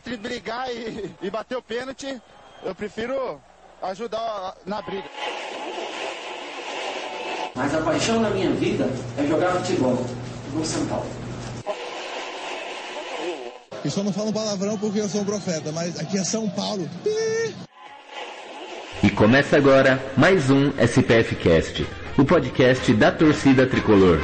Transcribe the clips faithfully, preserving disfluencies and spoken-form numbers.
Entre brigar e, e bater o pênalti, eu prefiro ajudar na briga. Mas a paixão da minha vida é jogar futebol no São Paulo. Eu só não falo palavrão porque eu sou um profeta, mas aqui é São Paulo. E começa agora mais um S P F Cast, o podcast da torcida tricolor.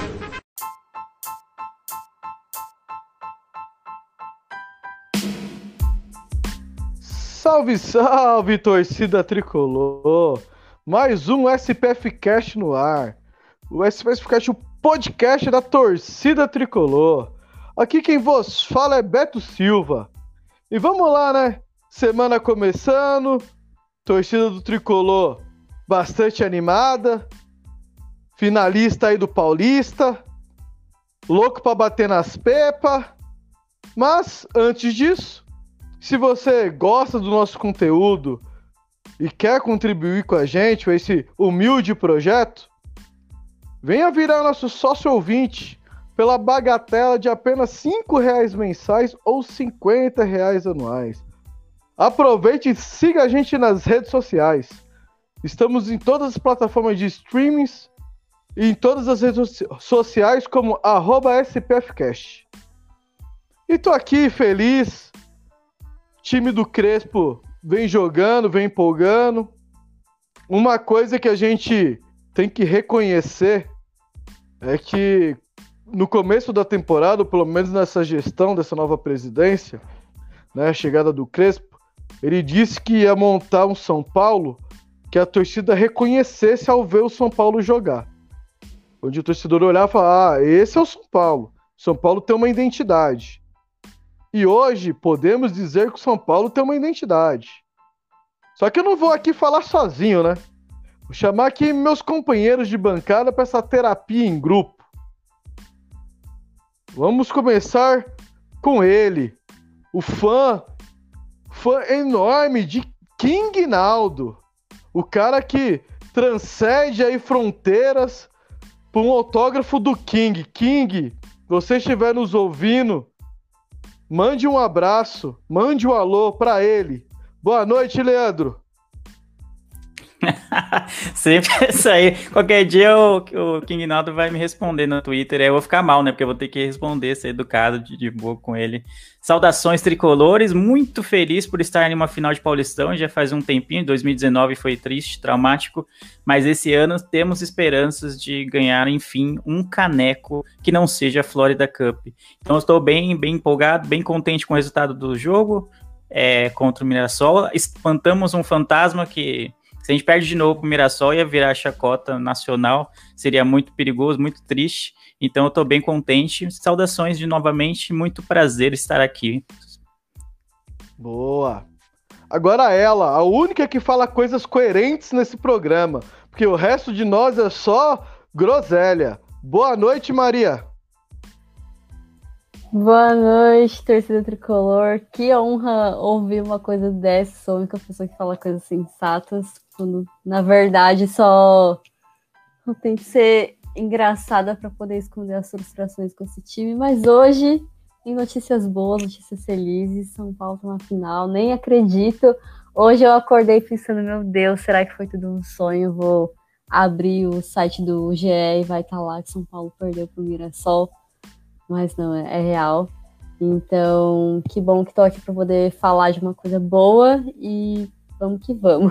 Salve, salve, torcida tricolor! Mais um S P F Cast no ar. O S P F Cast, o podcast da torcida tricolor. Aqui quem vos fala é Beto Silva. E vamos lá, né? Semana começando, torcida do tricolor bastante animada, finalista aí do Paulista, louco pra bater nas pepas. Mas, antes disso, se você gosta do nosso conteúdo e quer contribuir com a gente, com esse humilde projeto, venha virar nosso sócio ouvinte pela bagatela de apenas cinco reais mensais ou cinquenta reais anuais. Aproveite e siga a gente nas redes sociais. Estamos em todas as plataformas de streamings e em todas as redes sociais como arroba SPFcast. E tô aqui feliz. Time do Crespo vem jogando, vem empolgando. Uma coisa que a gente tem que reconhecer é que no começo da temporada, ou pelo menos nessa gestão dessa nova presidência, né, a chegada do Crespo, ele disse que ia montar um São Paulo que a torcida reconhecesse ao ver o São Paulo jogar. Onde o torcedor olhar e falar, ah, esse é o São Paulo. São Paulo tem uma identidade. E hoje podemos dizer que o São Paulo tem uma identidade. Só que eu não vou aqui falar sozinho, né? Vou chamar aqui meus companheiros de bancada para essa terapia em grupo. Vamos começar com ele, o fã, fã enorme de King Naldo. O cara que transcende aí fronteiras por um autógrafo do King. King, você estiver nos ouvindo, mande um abraço, mande um alô pra ele. Boa noite, Leandro. Sempre isso aí. Qualquer dia o, o King Naldo vai me responder no Twitter. Aí eu vou ficar mal, né? Porque eu vou ter que responder, ser educado, de, de boa com ele. Saudações tricolores. Muito feliz por estar em uma final de Paulistão. Já faz um tempinho. dois mil e dezenove foi triste, traumático. Mas esse ano temos esperanças de ganhar, enfim, um caneco que não seja a Florida Cup. Então eu estou bem, bem empolgado, bem contente com o resultado do jogo é, contra o Mirassol. Espantamos um fantasma que, se a gente perde de novo pro Mirassol, ia virar chacota nacional, seria muito perigoso, muito triste. Então eu tô bem contente. Saudações de novamente, muito prazer estar aqui. Boa. Agora ela, a única que fala coisas coerentes nesse programa, porque o resto de nós é só groselha. Boa noite, Maria. Boa noite, torcida tricolor. Que honra ouvir uma coisa dessa. Sou a única pessoa que fala coisas sensatas, quando, na verdade, só tem que ser engraçada para poder esconder as frustrações com esse time. Mas hoje, em notícias boas, notícias felizes, São Paulo tá na final, nem acredito. Hoje eu acordei pensando, meu Deus, será que foi tudo um sonho? Vou abrir o site do G E e vai estar lá que São Paulo perdeu pro Mirassol. Mas não, é, é real. Então, que bom que tô aqui para poder falar de uma coisa boa e vamos que vamos.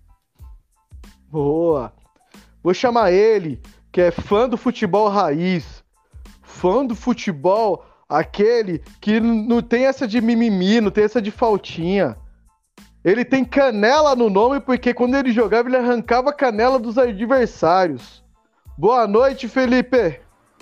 Boa. Vou chamar ele, que é fã do futebol raiz. Fã do futebol, aquele que não tem essa de mimimi, não tem essa de faltinha. Ele tem canela no nome porque quando ele jogava, ele arrancava a canela dos adversários. Boa noite, Felipe.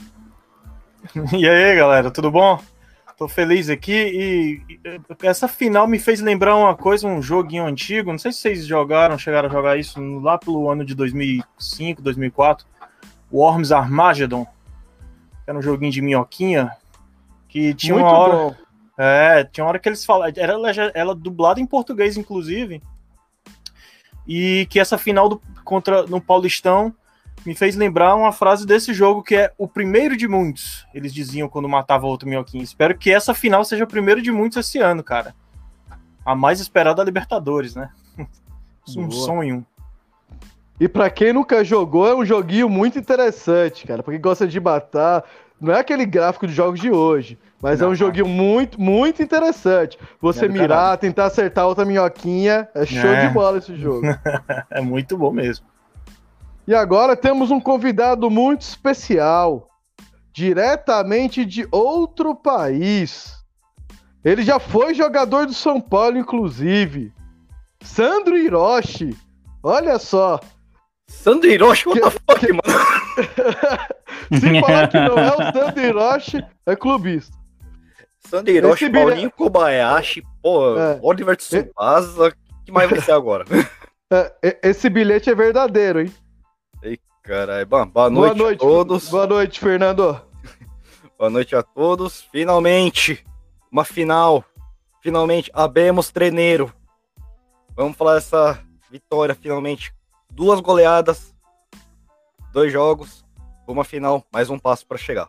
E aí, galera, tudo bom? Tô feliz aqui e essa final me fez lembrar uma coisa, um joguinho antigo, não sei se vocês jogaram, chegaram a jogar isso lá pelo ano de dois mil e cinco, dois mil e quatro, Worms Armageddon, que era um joguinho de minhoquinha, que tinha Muito uma hora... bom. É, tinha uma hora que eles falavam, era ela dublada em português, inclusive, e que essa final do, contra, no Paulistão me fez lembrar uma frase desse jogo que é o primeiro de muitos, eles diziam quando matava outro minhoquinho. Espero que essa final seja o primeiro de muitos esse ano, cara. a mais esperada da Libertadores, né? Um Boa. sonho. E pra quem nunca jogou, é um joguinho muito interessante, cara. Pra quem gosta de matar, não é aquele gráfico de jogos de hoje, mas Não, é um joguinho muito, muito interessante. Você É do mirar, caralho. tentar acertar outra minhoquinha, é show É. de bola esse jogo. É muito bom mesmo. E agora temos um convidado muito especial, diretamente de outro país. Ele já foi jogador do São Paulo, inclusive. Sandro Hiroshi. Olha só. Sandro Hiroshi, what the fuck, que- mano? Se falar que não é o Sandro Hiroshi, é clubista. Sandro Hiroshi, Esse bilhe- Paulinho Kobayashi, pô, É. Oliver Tsubasa, o que mais vai ser agora? É, e- esse bilhete é verdadeiro, hein? Caralho, bom, boa Boa noite, noite, a todos. Boa noite, Fernando. Boa noite a todos. Finalmente, uma final. Finalmente, abemos treneiro. Vamos falar dessa vitória, finalmente. Duas goleadas, dois jogos, uma final, mais um passo para chegar.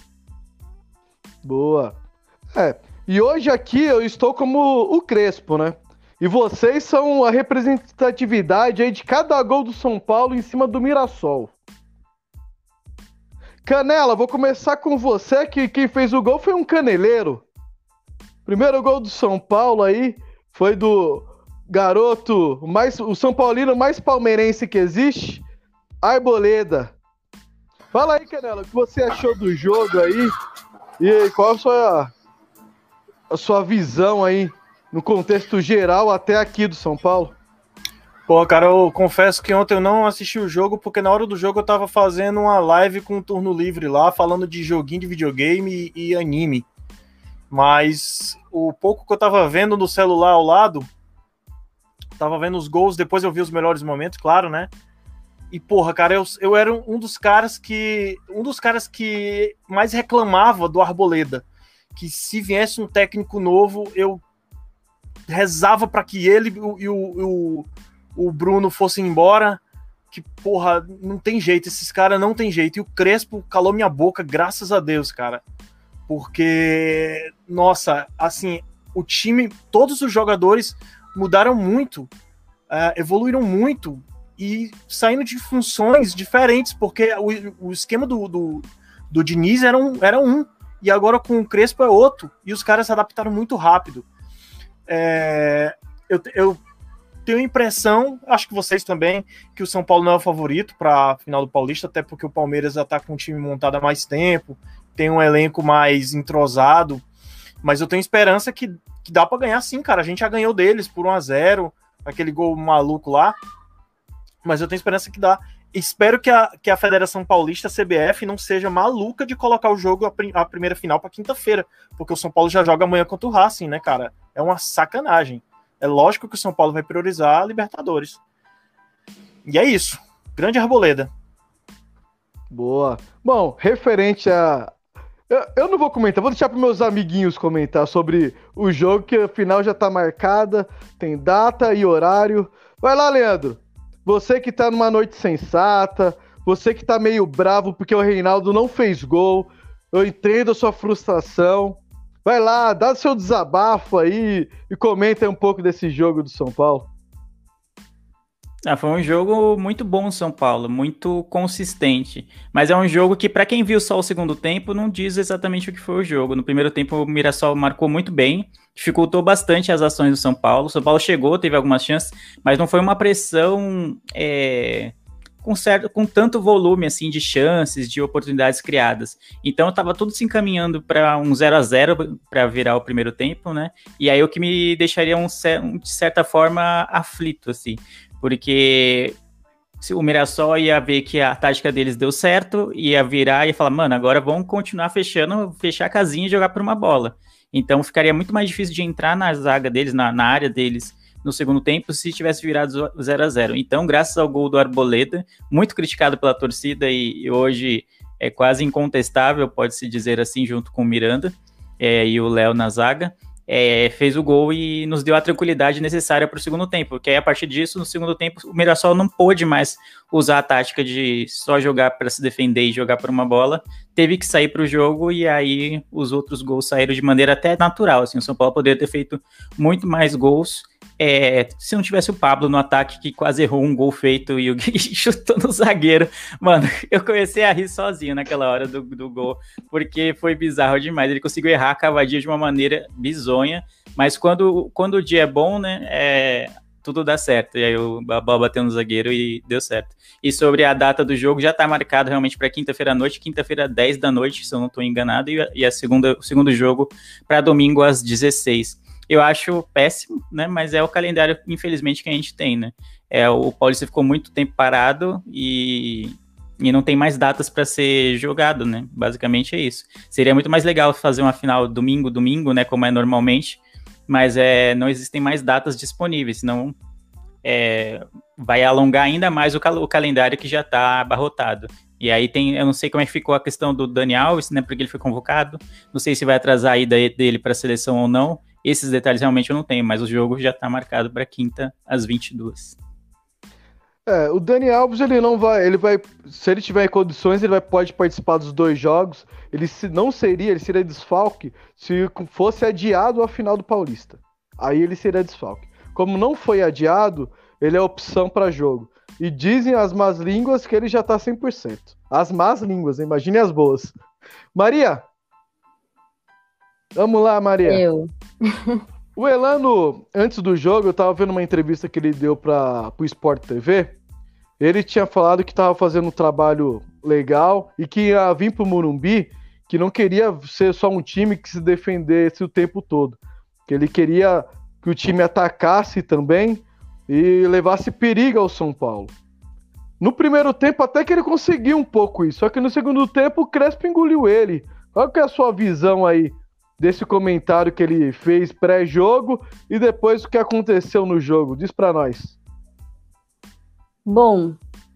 Boa. É, e hoje aqui eu estou como o Crespo, né? E vocês são a representatividade aí de cada gol do São Paulo em cima do Mirassol. Canela, vou começar com você, que quem fez o gol foi um caneleiro. Primeiro gol do São Paulo aí foi do garoto, mais, o São Paulino mais palmeirense que existe, Arboleda. Fala aí, Canela, o que você achou do jogo aí? E aí, qual a sua, a sua visão aí no contexto geral até aqui do São Paulo? Pô, cara, eu confesso que ontem eu não assisti o jogo, porque na hora do jogo eu tava fazendo uma live com um turno livre lá, falando de joguinho de videogame e, e anime. Mas o pouco que eu tava vendo no celular ao lado, tava vendo os gols, depois eu vi os melhores momentos, claro, né? E, porra, cara, eu, eu era um dos caras que. Um dos caras que mais reclamava do Arboleda. Que se viesse um técnico novo, eu rezava para que ele e o, o, o Bruno fossem embora. Que, porra, não tem jeito, esses caras não tem jeito. E o Crespo calou minha boca, graças a Deus, cara. Porque, nossa, assim, o time, todos os jogadores mudaram muito, uh, evoluíram muito e saindo de funções diferentes, porque o, o esquema do, do, do Diniz era um, era um, e agora com o Crespo é outro, e os caras se adaptaram muito rápido. É, eu, eu tenho a impressão, acho que vocês também, que o São Paulo não é o favorito para a final do Paulista, até porque o Palmeiras já está com o time montado há mais tempo, tem um elenco mais entrosado, mas eu tenho esperança que, que dá para ganhar sim, cara. A gente já ganhou deles por um a zero, aquele gol maluco lá, mas eu tenho esperança que dá. Espero que a, que a Federação Paulista, a C B F, não seja maluca de colocar o jogo, a, prim, a primeira final para quinta-feira, porque o São Paulo já joga amanhã contra o Racing, né, cara? É uma sacanagem. É lógico que o São Paulo vai priorizar a Libertadores. E é isso. Grande Arboleda. Boa. Bom, referente a... Eu, eu não vou comentar, vou deixar para meus amiguinhos comentar sobre o jogo, que a final já tá marcada, tem data e horário. Vai lá, Leandro. Você que tá numa noite sensata, você que tá meio bravo porque o Reinaldo não fez gol, eu entendo a sua frustração. Vai lá, dá seu desabafo aí e comenta um pouco desse jogo do São Paulo. Ah, foi um jogo muito bom, São Paulo, muito consistente. Mas é um jogo que, para quem viu só o segundo tempo, não diz exatamente o que foi o jogo. No primeiro tempo, o Mirassol marcou muito bem, dificultou bastante as ações do São Paulo. O São Paulo chegou, teve algumas chances, mas não foi uma pressão é, com, certo, com tanto volume assim, de chances, de oportunidades criadas. Então, estava tudo se encaminhando para um zero a zero para virar o primeiro tempo, né? E aí o que me deixaria, um, um, de certa forma, aflito, assim. Porque se o Mirassol ia ver que a tática deles deu certo, ia virar e ia falar, mano, agora vamos continuar fechando, fechar a casinha e jogar por uma bola. Então ficaria muito mais difícil de entrar na zaga deles, na, na área deles, no segundo tempo, se tivesse virado zero a zero. Então, graças ao gol do Arboleda, muito criticado pela torcida e, e hoje é quase incontestável, pode-se dizer assim, junto com o Miranda é, e o Léo na zaga, é, fez o gol e nos deu a tranquilidade necessária para o segundo tempo, porque aí, a partir disso, no segundo tempo, o Mirassol não pôde mais usar a tática de só jogar para se defender e jogar por uma bola, teve que sair para o jogo e aí os outros gols saíram de maneira até natural, assim, o São Paulo poderia ter feito muito mais gols, É, se não tivesse o Pablo no ataque, que quase errou um gol feito e o Gui chutou no zagueiro. Mano, eu comecei a rir sozinho naquela hora do, do gol, porque foi bizarro demais. Ele conseguiu errar a cavadinha de uma maneira bizonha, mas quando, quando o dia é bom, né, é, tudo dá certo. E aí o Babá bateu no zagueiro e deu certo. E sobre a data do jogo, já tá marcado realmente para quinta-feira à noite, quinta-feira dez da noite, se eu não estou enganado, e, e a segunda, o segundo jogo para domingo às dezesseis. Eu acho péssimo, né? Mas é o calendário, infelizmente, que a gente tem, né? É, o Paulista ficou muito tempo parado e, e não tem mais datas para ser jogado, né? Basicamente é isso. Seria muito mais legal fazer uma final domingo, domingo, né? Como é normalmente, mas é, não existem mais datas disponíveis, senão é, vai alongar ainda mais o, cal- o calendário que já está abarrotado. E aí tem, eu não sei como é que ficou a questão do Dani Alves, né? Porque ele foi convocado. Não sei se vai atrasar a ida dele para a seleção ou não. Esses detalhes realmente eu não tenho, mas o jogo já está marcado para quinta às vinte e duas. É, o Dani Alves, ele não vai, ele vai, se ele tiver em condições, ele vai, pode participar dos dois jogos. Ele se, não seria, ele seria desfalque se fosse adiado a final do Paulista. Aí ele seria desfalque. Como não foi adiado, ele é opção para jogo. E dizem as más línguas que ele já tá cem por cento. As más línguas, imagine as boas. Maria! Vamos lá, Maria. Eu. O Elano, antes do jogo, eu tava vendo uma entrevista que ele deu para o Sport T V. Ele tinha falado que tava fazendo um trabalho legal e que ia vir pro Morumbi, que não queria ser só um time que se defendesse o tempo todo. Que ele queria que o time atacasse também e levasse perigo ao São Paulo. No primeiro tempo até que ele conseguiu um pouco isso, só que no segundo tempo o Crespo engoliu ele. Qual que é a sua visão aí desse comentário que ele fez pré-jogo e depois o que aconteceu no jogo? Diz pra nós. Bom,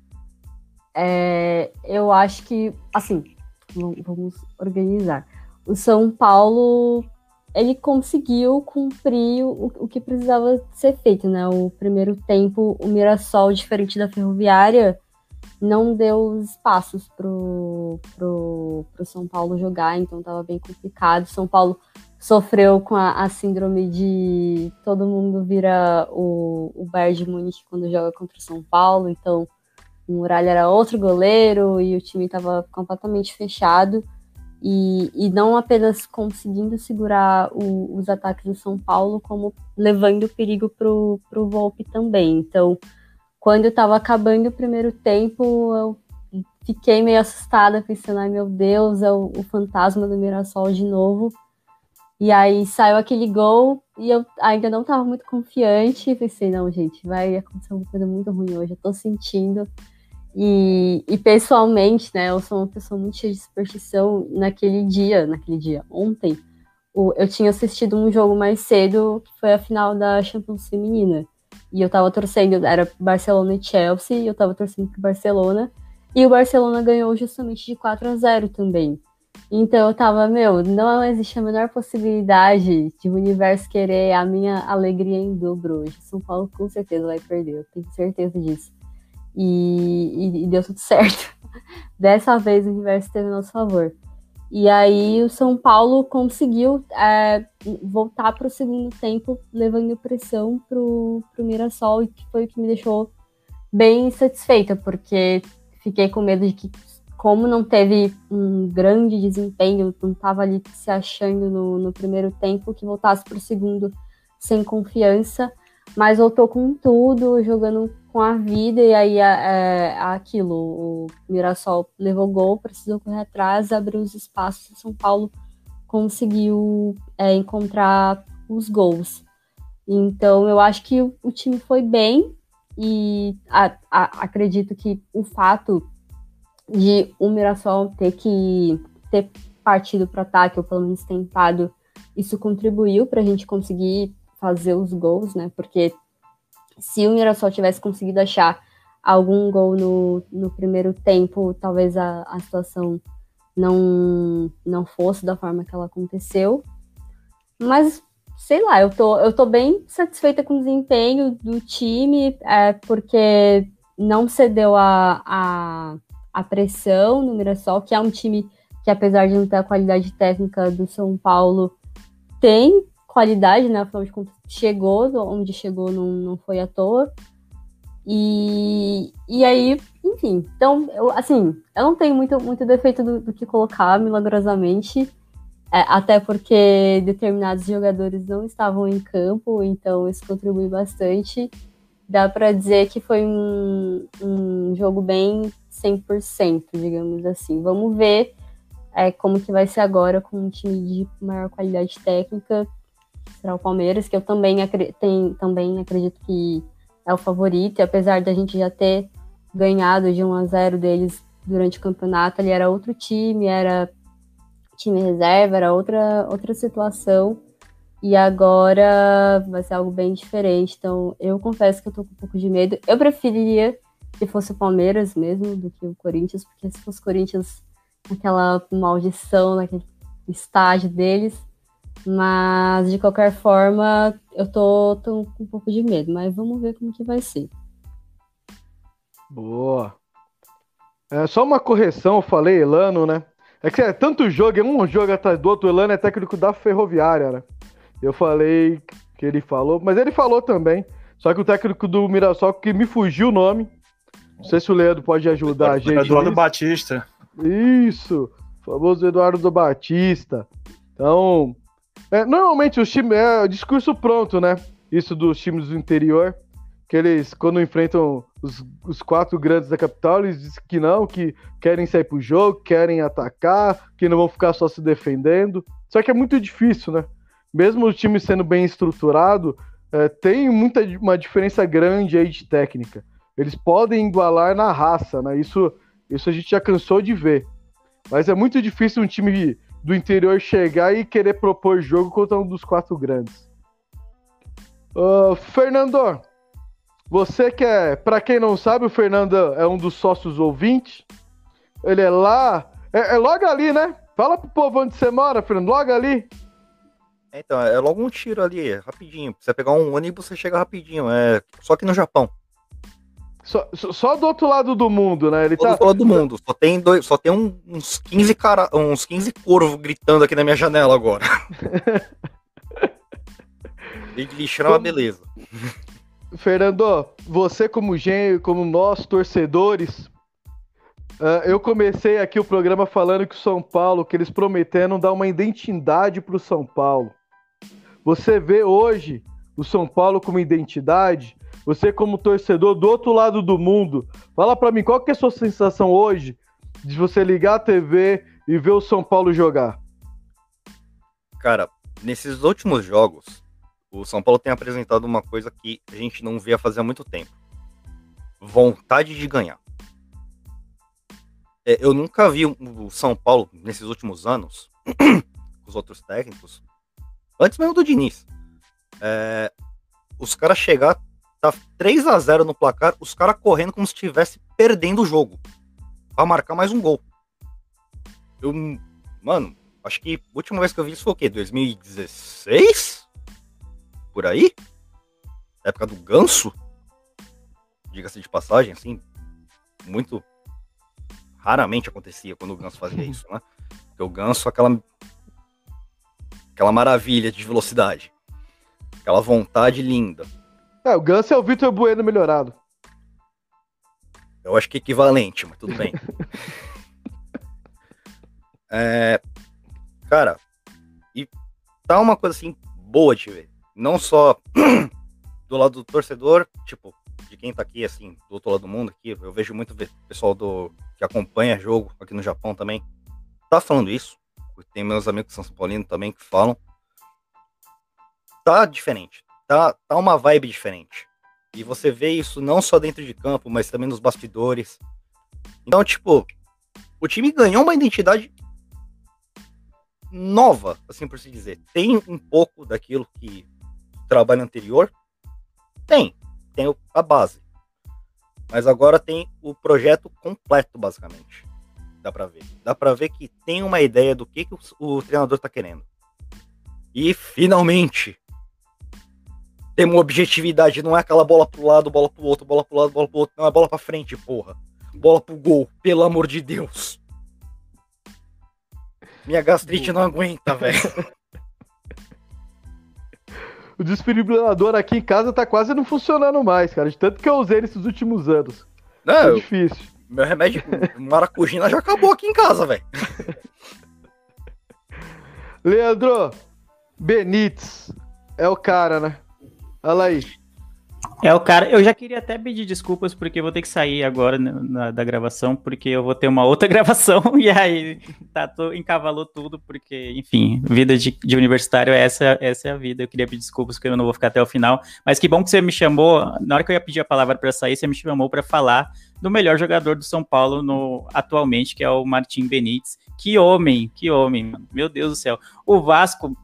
é, eu acho que, assim, vamos organizar. O São Paulo, ele conseguiu cumprir o, o que precisava ser feito, né? O primeiro tempo, o Mirassol, diferente da Ferroviária, não deu espaços pro, pro, pro São Paulo jogar, então estava bem complicado. São Paulo sofreu com a, a síndrome de todo mundo vira o, o Bayern de Munique quando joga contra o São Paulo, então o Muralha era outro goleiro e o time estava completamente fechado e, e não apenas conseguindo segurar o, os ataques do São Paulo, como levando perigo pro, pro Volpi também. Então, quando eu tava acabando o primeiro tempo, eu fiquei meio assustada, pensando, ai meu Deus, é o, o fantasma do Mirassol de novo. E aí saiu aquele gol e eu ainda não tava muito confiante. Pensei, não, gente, vai acontecer uma coisa muito ruim hoje, eu tô sentindo. E, e pessoalmente, né, eu sou uma pessoa muito cheia de superstição. Naquele dia, naquele dia, ontem, o, eu tinha assistido um jogo mais cedo, que foi a final da Champions Feminina. E eu tava torcendo, era Barcelona e Chelsea, e eu tava torcendo pro Barcelona. E o Barcelona ganhou justamente de quatro a zero também. Então eu tava, meu, não existe a menor possibilidade de o universo querer a minha alegria em dobro hoje. São Paulo com certeza vai perder, eu tenho certeza disso. E, e, e deu tudo certo. Dessa vez o universo esteve a nosso favor. E aí o São Paulo conseguiu é, voltar para o segundo tempo, levando pressão para o Mirassol, e que foi o que me deixou bem satisfeita, porque fiquei com medo de que, como não teve um grande desempenho, não estava ali se achando no, no primeiro tempo, que voltasse para o segundo sem confiança, mas voltou com tudo, jogando com a vida, e aí é, aquilo, o Mirassol levou gol, precisou correr atrás, abriu os espaços, e São Paulo conseguiu é, encontrar os gols. Então eu acho que o, o time foi bem, e a, a, acredito que o fato de o Mirassol ter que ter partido para ataque, ou pelo menos tentado, isso contribuiu para a gente conseguir fazer os gols, né? Porque se o Mirassol tivesse conseguido achar algum gol no, no primeiro tempo, talvez a, a situação não, não fosse da forma que ela aconteceu. Mas sei lá, eu tô, eu tô bem satisfeita com o desempenho do time, é, porque não cedeu a, a, a pressão no Mirassol, que é um time que, apesar de não ter a qualidade técnica do São Paulo, tem qualidade, né? Afinal de contas, chegou onde chegou, não, não foi à toa. E, e aí, enfim, então, eu, assim, eu não tenho muito, muito defeito do, do que colocar, milagrosamente, é, até porque determinados jogadores não estavam em campo, então isso contribui bastante. Dá para dizer que foi um, um jogo bem cem por cento, digamos assim. Vamos ver é, como que vai ser agora com um time de maior qualidade técnica, será o Palmeiras, que eu também, acre- tem, também acredito que é o favorito, e apesar da gente já ter ganhado de um a zero deles durante o campeonato, ali era outro time, era time reserva, era outra, outra situação, e agora vai ser algo bem diferente, então eu confesso que eu tô com um pouco de medo. Eu preferiria que fosse o Palmeiras mesmo do que o Corinthians, porque se fosse o Corinthians, aquela maldição, naquele estágio deles, mas de qualquer forma eu tô, tô com um pouco de medo, mas vamos ver como que vai ser. Boa. É, só uma correção, eu falei Elano, né? É que é tanto jogo, é um jogo atrás do outro. O Elano é técnico da Ferroviária, né? Eu falei que ele falou, mas ele falou também. Só que o técnico do Mirassol, que me fugiu o nome. Não sei se o Leandro pode ajudar a gente. Eduardo nisso. Batista. Isso, o famoso Eduardo Batista. Então, é, normalmente os times, é discurso pronto, né? Isso dos times do interior, que eles, quando enfrentam os, os quatro grandes da capital, eles dizem que não, que querem sair pro jogo, querem atacar, que não vão ficar só se defendendo. Só que é muito difícil, né? Mesmo o time sendo bem estruturado, é, tem muita, uma diferença grande aí de técnica. Eles podem igualar na raça, né? Isso, isso a gente já cansou de ver. Mas é muito difícil um time do interior chegar e querer propor jogo contra um dos quatro grandes. Uh, Fernando, você que é, pra quem não sabe, o Fernando é um dos sócios ouvintes. Ele é lá, é, é logo ali, né? Fala pro povo onde você mora, Fernando, logo ali. Então, é logo um tiro ali, rapidinho. Pra você pegar um ônibus, você chega rapidinho. É só que no Japão. Só, só do outro lado do mundo, né? Ele Só tá... do outro lado do mundo. Só tem, dois, só tem um, uns quinze cara, uns quinze corvos gritando aqui na minha janela agora. E de lixão é uma beleza. Fernando, você como gênio, como nós, torcedores, uh, eu comecei aqui o programa falando que o São Paulo, que eles prometeram dar uma identidade pro São Paulo. Você vê hoje o São Paulo como identidade? Você como torcedor do outro lado do mundo, fala pra mim, qual que é a sua sensação hoje de você ligar a T V e ver o São Paulo jogar? Cara, nesses últimos jogos, o São Paulo tem apresentado uma coisa que a gente não via fazer há muito tempo. Vontade de ganhar. É, eu nunca vi o São Paulo, nesses últimos anos, com os outros técnicos, antes mesmo do Diniz, é, os caras chegar, tá três a zero no placar, os caras correndo como se estivesse perdendo o jogo, pra marcar mais um gol. Eu, mano, acho que a última vez que eu vi isso foi o quê? dois mil e dezesseis? Por aí? Na época do Ganso? Diga-se de passagem, assim, muito raramente acontecia quando o Ganso fazia isso, né? Porque o Ganso, aquela aquela maravilha de velocidade, aquela vontade linda. É, o Ganso é o Vitor Bueno melhorado. Eu acho que é equivalente, mas tudo bem. é, cara, e tá uma coisa assim boa de ver. Não só do lado do torcedor, tipo, de quem tá aqui, assim, do outro lado do mundo aqui. Eu vejo muito pessoal do, que acompanha jogo aqui no Japão também. Tá falando isso. Tem meus amigos que são São Paulinos também que falam. Tá diferente. Tá, tá uma vibe diferente. E você vê isso não só dentro de campo, mas também nos bastidores. Então, tipo, o time ganhou uma identidade nova, assim por se dizer. Tem um pouco daquilo que o trabalho anterior tem. Tem a base. Mas agora tem o projeto completo, basicamente. Dá pra ver. Dá pra ver que tem uma ideia do que, que o, o treinador tá querendo. E, finalmente, Tem uma objetividade, não é aquela bola pro lado, bola pro outro, bola pro lado, bola pro outro. Não, é bola pra frente, porra. Bola pro gol, pelo amor de Deus. Minha gastrite não aguenta, velho. O desfibrilador aqui em casa tá quase não funcionando mais, cara. De tanto que eu usei nesses últimos anos. Não, é eu, difícil. Meu remédio, maracujina, já acabou aqui em casa, velho. Leandro, Benítez é o cara, né? Olha aí. É o cara. Eu já queria até pedir desculpas porque eu vou ter que sair agora na, na, da gravação, porque eu vou ter uma outra gravação e aí tá, tô, encavalou tudo, porque, enfim, vida de, de universitário, essa, essa é a vida. Eu queria pedir desculpas porque eu não vou ficar até o final, mas que bom que você me chamou. Na hora que eu ia pedir a palavra para sair, você me chamou para falar do melhor jogador do São Paulo no, atualmente, que é o Martim Benítez. Que homem, que homem, mano. Meu Deus do céu. O Vasco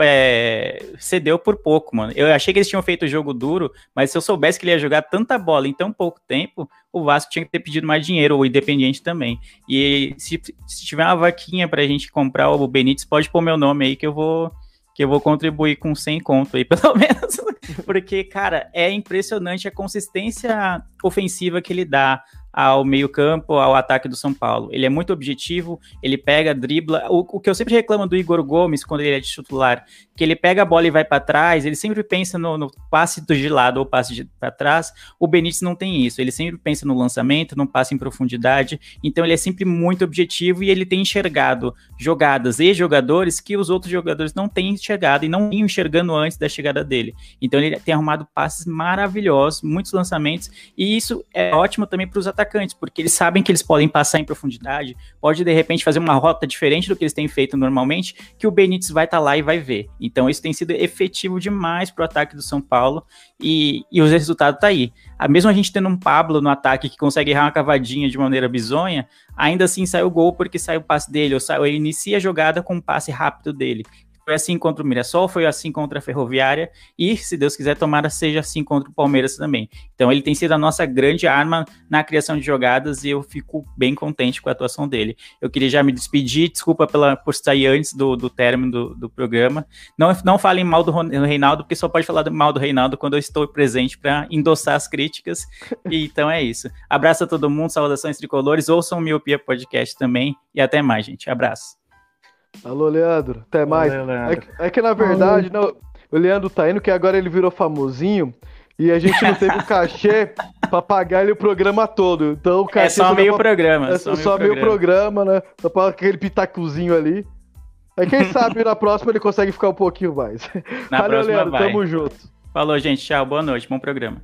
é, cedeu por pouco, mano. Eu achei que eles tinham feito o jogo duro, mas se eu soubesse que ele ia jogar tanta bola em tão pouco tempo, o Vasco tinha que ter pedido mais dinheiro, ou o Independiente também. E se, se tiver uma vaquinha pra gente comprar o Benítez, pode pôr meu nome aí que eu vou... que eu vou contribuir com cem conto aí, pelo menos, porque, cara, é impressionante a consistência ofensiva que ele dá ao meio-campo, ao ataque do São Paulo. Ele é muito objetivo, ele pega, dribla. O, o que eu sempre reclamo do Igor Gomes, quando ele é de titular, que ele pega a bola e vai para trás, ele sempre pensa no, no passe do de lado ou passe para trás. O Benítez não tem isso, ele sempre pensa no lançamento, no passe em profundidade, então ele é sempre muito objetivo e ele tem enxergado jogadas e jogadores que os outros jogadores não têm enxergado e não iam enxergando antes da chegada dele. Então ele tem arrumado passes maravilhosos, muitos lançamentos, e isso é ótimo também para os atacantes, porque eles sabem que eles podem passar em profundidade, pode de repente fazer uma rota diferente do que eles têm feito normalmente, que o Benítez vai estar tá lá e vai ver. Então isso tem sido efetivo demais para o ataque do São Paulo, e, e o resultado tá aí. A, mesmo a gente tendo um Pablo no ataque que consegue errar uma cavadinha de maneira bizonha, ainda assim sai o gol porque sai o passe dele, ou, sai, ou ele inicia a jogada com um passe rápido dele. Foi assim contra o Mirassol, foi assim contra a Ferroviária e, se Deus quiser, tomara seja assim contra o Palmeiras também. Então ele tem sido a nossa grande arma na criação de jogadas e eu fico bem contente com a atuação dele. Eu queria já me despedir, desculpa pela, por sair antes do, do término do, do programa. Não, não falem mal do Reinaldo, porque só pode falar mal do Reinaldo quando eu estou presente para endossar as críticas. E, então é isso. Abraço a todo mundo, saudações tricolores, ouçam o Miopia Podcast também e até mais, gente. Abraço. Alô, Leandro, até mais. Valeu, Leandro. É, que, é que na verdade, não, o Leandro tá indo, que agora ele virou famosinho e a gente não teve o cachê pra pagar ele o programa todo. Então, o cachê é só meio pra, programa. É só, só meio programa, né? Só pra aquele pitacozinho ali. Aí quem sabe na próxima ele consegue ficar um pouquinho mais. Na Valeu, próxima Leandro, vai. Tamo junto. Falou, gente. Tchau, boa noite, bom programa.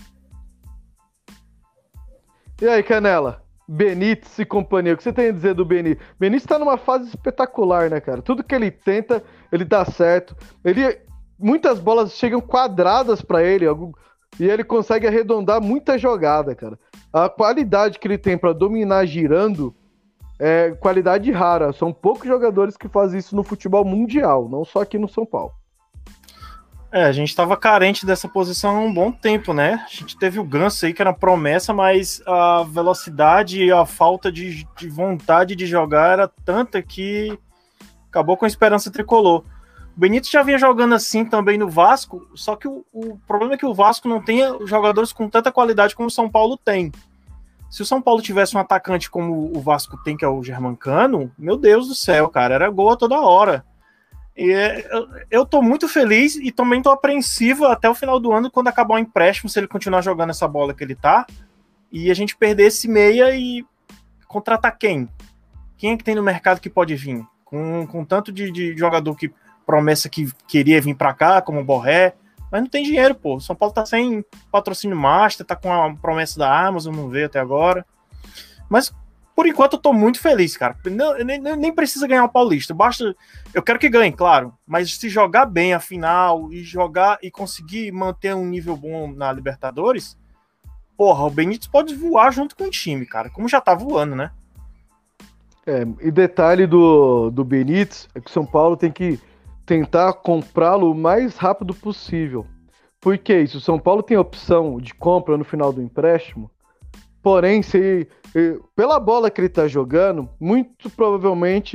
E aí, Canela? Benítez e companhia, o que você tem a dizer do Benítez? Benítez tá numa fase espetacular, né, cara? Tudo que ele tenta, ele dá certo. Ele, muitas bolas chegam quadradas pra ele, e ele consegue arredondar muita jogada, cara. A qualidade que ele tem pra dominar girando é qualidade rara. São poucos jogadores que fazem isso no futebol mundial, não só aqui no São Paulo. É, a gente estava carente dessa posição há um bom tempo, né? A gente teve o Ganso aí, que era uma promessa, mas a velocidade e a falta de, de vontade de jogar era tanta que acabou com a esperança tricolor. O Benítez já vinha jogando assim também no Vasco, só que o, o problema é que o Vasco não tem jogadores com tanta qualidade como o São Paulo tem. Se o São Paulo tivesse um atacante como o Vasco tem, que é o Germancano, meu Deus do céu, cara, era gol a toda hora. E eu, eu tô muito feliz e também tô apreensivo até o final do ano, quando acabar o empréstimo, se ele continuar jogando essa bola que ele tá, e a gente perder esse meia e contratar quem? Quem é que tem no mercado que pode vir? Com, com tanto de, de jogador que promessa que queria vir pra cá, como o Borré, mas não tem dinheiro, pô. O São Paulo tá sem patrocínio master, tá com a promessa da Amazon, não veio até agora. Mas por enquanto eu tô muito feliz, cara. Não, nem, nem precisa ganhar o Paulista. Basta. Eu quero que ganhe, claro. Mas se jogar bem a final e jogar e conseguir manter um nível bom na Libertadores, porra, o Benítez pode voar junto com o time, cara. Como já tá voando, né? É, e detalhe do, do Benítez é que o São Paulo tem que tentar comprá-lo o mais rápido possível. Por que isso? O São Paulo tem a opção de compra no final do empréstimo. Porém, se pela bola que ele tá jogando, muito provavelmente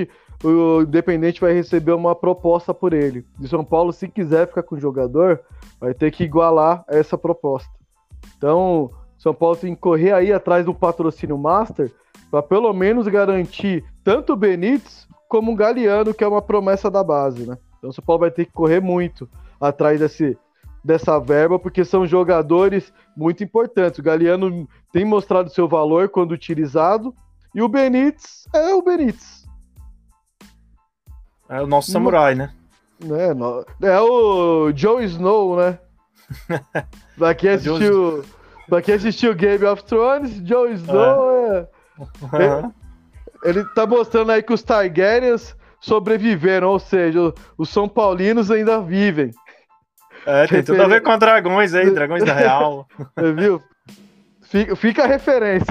o Independente vai receber uma proposta por ele. E São Paulo, se quiser ficar com o jogador, vai ter que igualar essa proposta. Então, São Paulo tem que correr aí atrás do patrocínio Master para pelo menos garantir tanto o Benítez como o Galeano, que é uma promessa da base, né? Então o São Paulo vai ter que correr muito atrás desse, dessa verba, porque são jogadores muito importantes. O Galeano tem mostrado seu valor quando utilizado, e o Benítez é o Benítez. É o nosso samurai, né? É, no... é o Jon Snow, né? Pra quem assistiu, pra quem assistiu Game of Thrones, Jon Snow é... é... Ele, ele tá mostrando aí que os Targaryens sobreviveram, ou seja, os São Paulinos ainda vivem. É, tem tudo a ver com dragões aí, dragões da Real. Viu? Fica, fica a referência.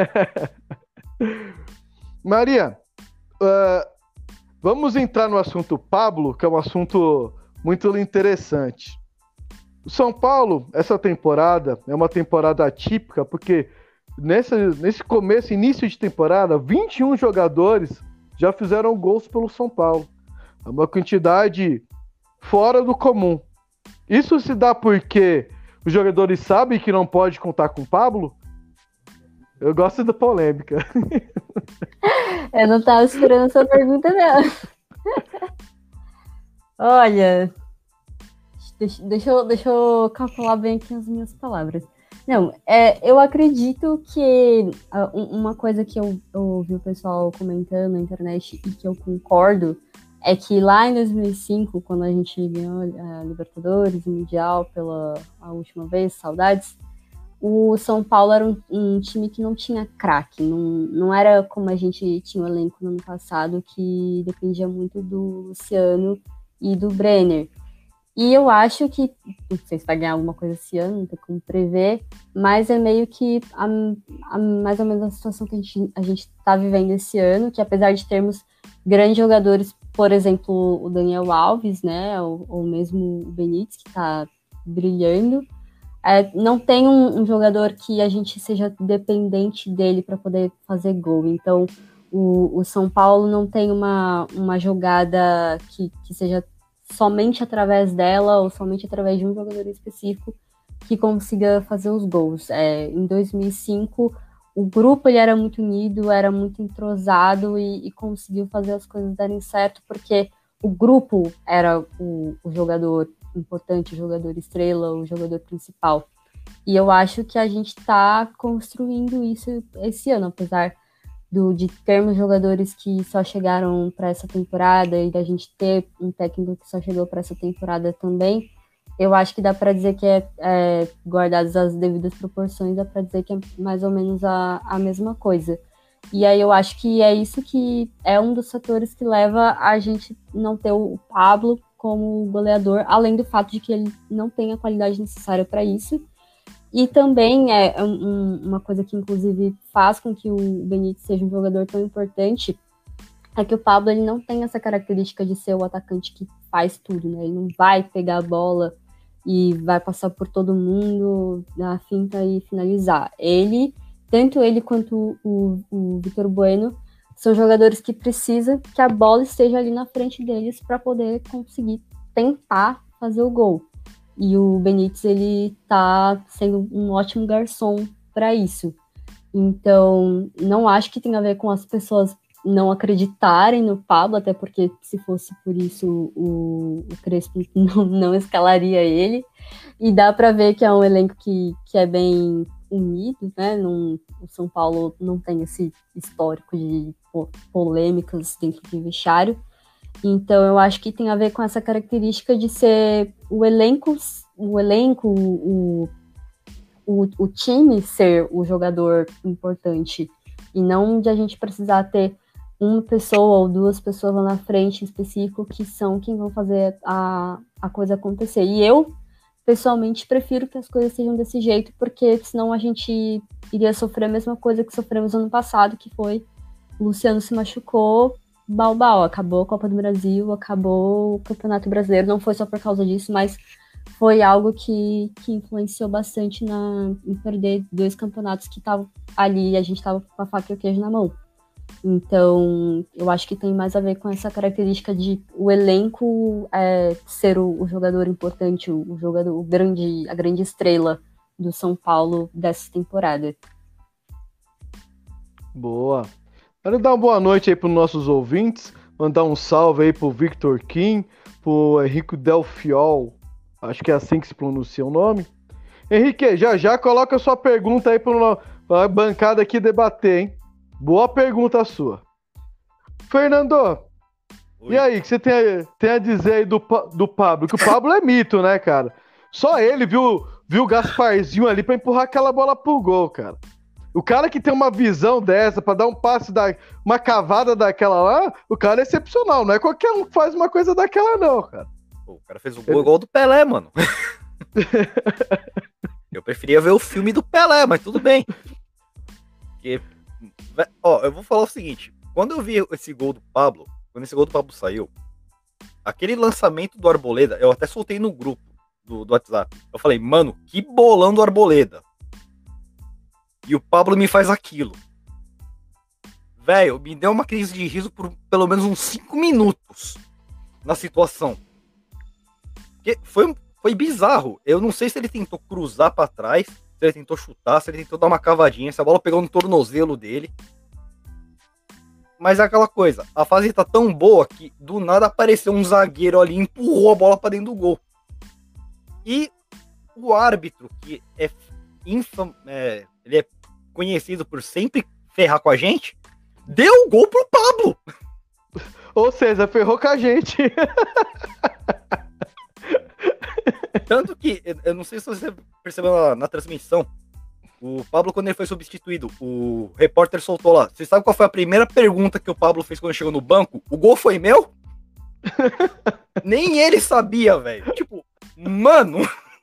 Maria, uh, vamos entrar no assunto Pablo, que é um assunto muito interessante. O São Paulo, essa temporada, é uma temporada atípica, porque nessa, nesse começo, início de temporada, vinte e um jogadores já fizeram gols pelo São Paulo. É uma quantidade fora do comum. Isso se dá porque os jogadores sabem que não pode contar com o Pablo? Eu gosto da polêmica. Eu não tava esperando essa pergunta, não. Olha, deixa, deixa, eu, deixa eu calcular bem aqui as minhas palavras. Não, é, eu acredito que uma coisa que eu, eu ouvi o pessoal comentando na internet e que eu concordo é que lá em dois mil e cinco, quando a gente ganhou a Libertadores, o Mundial pela a última vez, saudades, o São Paulo era um, um time que não tinha craque, não, não era como a gente tinha o elenco no ano passado, que dependia muito do Luciano e do Brenner. E eu acho que, não sei se vai ganhar alguma coisa esse ano, não tem como prever, mas é meio que a, a, mais ou menos a situação que a gente a gente está vivendo esse ano, que apesar de termos grandes jogadores, por exemplo, o Daniel Alves, né, ou, ou mesmo o Benítez, que está brilhando, é, não tem um, um jogador que a gente seja dependente dele para poder fazer gol. Então, o, o São Paulo não tem uma, uma jogada que, que seja somente através dela ou somente através de um jogador específico que consiga fazer os gols. É, em dois mil e cinco, o grupo ele era muito unido, era muito entrosado e, e conseguiu fazer as coisas darem certo, porque o grupo era o, o jogador importante, o jogador estrela, o jogador principal. E eu acho que a gente está construindo isso esse ano, apesar do, de termos jogadores que só chegaram para essa temporada e da gente ter um técnico que só chegou para essa temporada também. Eu acho que dá para dizer que é, é guardadas as devidas proporções, dá para dizer que é mais ou menos a, a mesma coisa. E aí eu acho que é isso que é um dos fatores que leva a gente não ter o Pablo como goleador, além do fato de que ele não tem a qualidade necessária para isso. E também é um, uma coisa que, inclusive, faz com que o Benítez seja um jogador tão importante, é que o Pablo ele não tem essa característica de ser o atacante que faz tudo, né? Ele não vai pegar a bola e vai passar por todo mundo na finta e finalizar. Ele, tanto ele quanto o, o Vitor Bueno, são jogadores que precisam que a bola esteja ali na frente deles para poder conseguir tentar fazer o gol. E o Benítez, ele tá sendo um ótimo garçom para isso. Então, não acho que tenha a ver com as pessoas não acreditarem no Pablo, até porque se fosse por isso o, o Crespo não, não escalaria ele. E dá para ver que é um elenco que, que é bem unido, né? Não, o São Paulo não tem esse histórico de polêmicas dentro do vestiário. Então eu acho que tem a ver com essa característica de ser o elenco, o elenco, o, o, o time ser o jogador importante e não de a gente precisar ter uma pessoa ou duas pessoas lá na frente em específico que são quem vão fazer a, a coisa acontecer. E eu, pessoalmente, prefiro que as coisas sejam desse jeito, porque senão a gente iria sofrer a mesma coisa que sofremos ano passado, que foi o Luciano se machucou, balbal, acabou a Copa do Brasil, acabou o Campeonato Brasileiro, não foi só por causa disso, mas foi algo que, que influenciou bastante na, em perder dois campeonatos que estavam ali e a gente estava com a faca e o queijo na mão. Então, eu acho que tem mais a ver com essa característica de o elenco é, ser o, o jogador importante, o, o jogador, o grande, a grande estrela do São Paulo dessa temporada. Boa. Quero dar uma boa noite aí para os nossos ouvintes, mandar um salve aí pro Victor Kim, pro Henrique Delfiol, acho que é assim que se pronuncia o nome. Henrique, já já coloca a sua pergunta aí para a bancada aqui debater, hein? Boa pergunta sua. Fernando, Oi. E aí, o que você tem a, tem a dizer aí do, do Pablo? Que o Pablo é mito, né, cara? Só ele viu, viu o Gasparzinho ali pra empurrar aquela bola pro gol, cara. O cara que tem uma visão dessa, pra dar um passe, da, uma cavada daquela lá, o cara é excepcional. Não é qualquer um que faz uma coisa daquela, não, cara. Pô, o cara fez um gol ele... igual do Pelé, mano. Eu preferia ver o filme do Pelé, mas tudo bem. Porque... Ó, eu vou falar o seguinte, quando eu vi esse gol do Pablo, quando esse gol do Pablo saiu, aquele lançamento do Arboleda, eu até soltei no grupo do, do WhatsApp, eu falei, mano, que bolão do Arboleda. E o Pablo me faz aquilo. Velho, me deu uma crise de riso por pelo menos uns cinco minutos na situação. Porque foi, foi bizarro, eu não sei se ele tentou cruzar pra trás, se ele tentou chutar, se ele tentou dar uma cavadinha, se a bola pegou no tornozelo dele. Mas é aquela coisa, a fase tá tão boa que do nada apareceu um zagueiro ali e empurrou a bola pra dentro do gol. E o árbitro, que é, infam, é, ele é conhecido por sempre ferrar com a gente, deu o gol pro Pablo. Ou seja, ferrou com a gente. Tanto que, eu não sei se você percebeu na, na transmissão, o Pablo, quando ele foi substituído, o repórter soltou lá. Você sabe qual foi a primeira pergunta que o Pablo fez quando chegou no banco? O gol foi meu? Nem ele sabia, velho. Tipo, mano.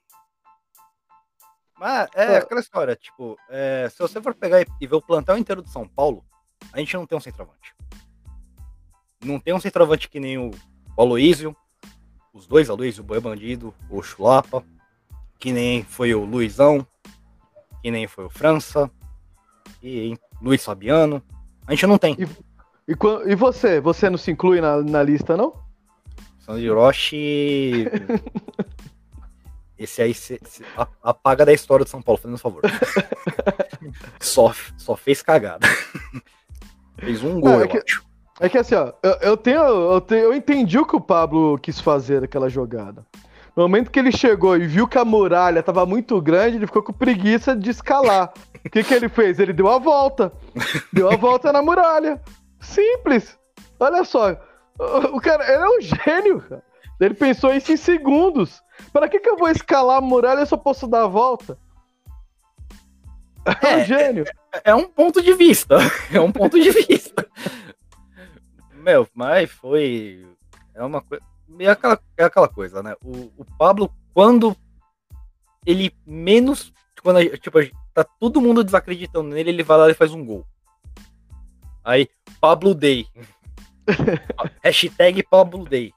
Mas é aquela história, tipo, é, se você for pegar e ver o plantel inteiro do São Paulo, a gente não tem um centroavante. Não tem um centroavante que nem o Aloísio. Os dois, a Luiz, o Boi Bandido, o Chulapa, que nem foi o Luizão, que nem foi o França, e Luiz Fabiano. A gente não tem. E, e, e você? Você não se inclui na, na lista, não? Sandro Hiroshi... Esse aí se, se, apaga da história do São Paulo, fazendo um favor. só, só fez cagada. Fez um gol, ah, é eu que... acho. É que assim, ó, eu, eu, tenho, eu, tenho, eu entendi o que o Pablo quis fazer naquela jogada. No momento que ele chegou e viu que a muralha estava muito grande, ele ficou com preguiça de escalar. O que, que ele fez? Ele deu a volta. Deu a volta na muralha. Simples. Olha só. O, o cara, ele é um gênio, cara. Ele pensou isso em segundos. Para que, que eu vou escalar a muralha se eu posso dar a volta? É, é um gênio. É, é um ponto de vista. É um ponto de vista. Meu, mas foi... É uma coisa... É aquela, é aquela coisa, né? O, o Pablo, quando ele menos... Quando, tipo, tá todo mundo desacreditando nele, ele vai lá e faz um gol. Aí, Pablo Day. Hashtag Pablo Day.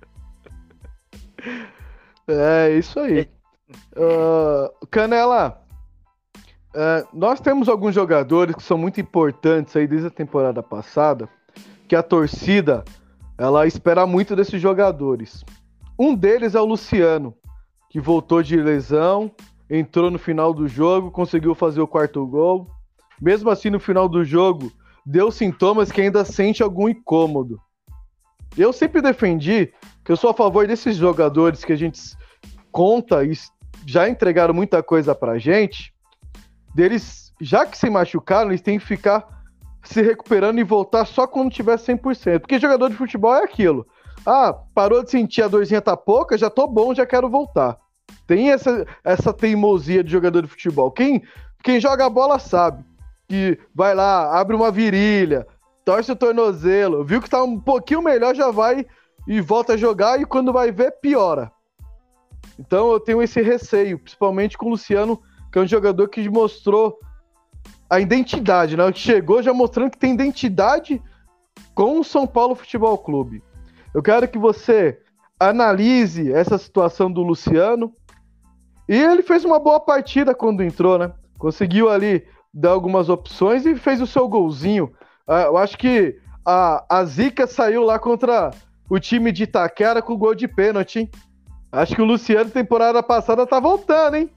É, isso aí. Uh, Canela, uh, nós temos alguns jogadores que são muito importantes aí desde a temporada passada, que a torcida, ela espera muito desses jogadores. Um deles é o Luciano, que voltou de lesão, entrou no final do jogo, conseguiu fazer o quarto gol. Mesmo assim, no final do jogo, deu sintomas que ainda sente algum incômodo. Eu sempre defendi que eu sou a favor desses jogadores que a gente conta e já entregaram muita coisa pra gente, deles, já que se machucaram, eles têm que ficar se recuperando e voltar só quando tiver cem por cento. Porque jogador de futebol é aquilo. Ah, parou de sentir a dorzinha tá pouca, já tô bom, já quero voltar. Tem essa, essa teimosia de jogador de futebol. Quem, quem joga a bola sabe que vai lá, abre uma virilha, torce o tornozelo, viu que tá um pouquinho melhor, já vai e volta a jogar, e quando vai ver, piora. Então eu tenho esse receio, principalmente com o Luciano, que é um jogador que mostrou a identidade, né? Chegou já mostrando que tem identidade com o São Paulo Futebol Clube. Eu quero que você analise essa situação do Luciano. E ele fez uma boa partida quando entrou, né? Conseguiu ali dar algumas opções e fez o seu golzinho Ah, eu acho que a, a zica saiu lá contra o time de Itaquera com o gol de pênalti, hein? Acho que o Luciano, temporada passada, tá voltando, hein?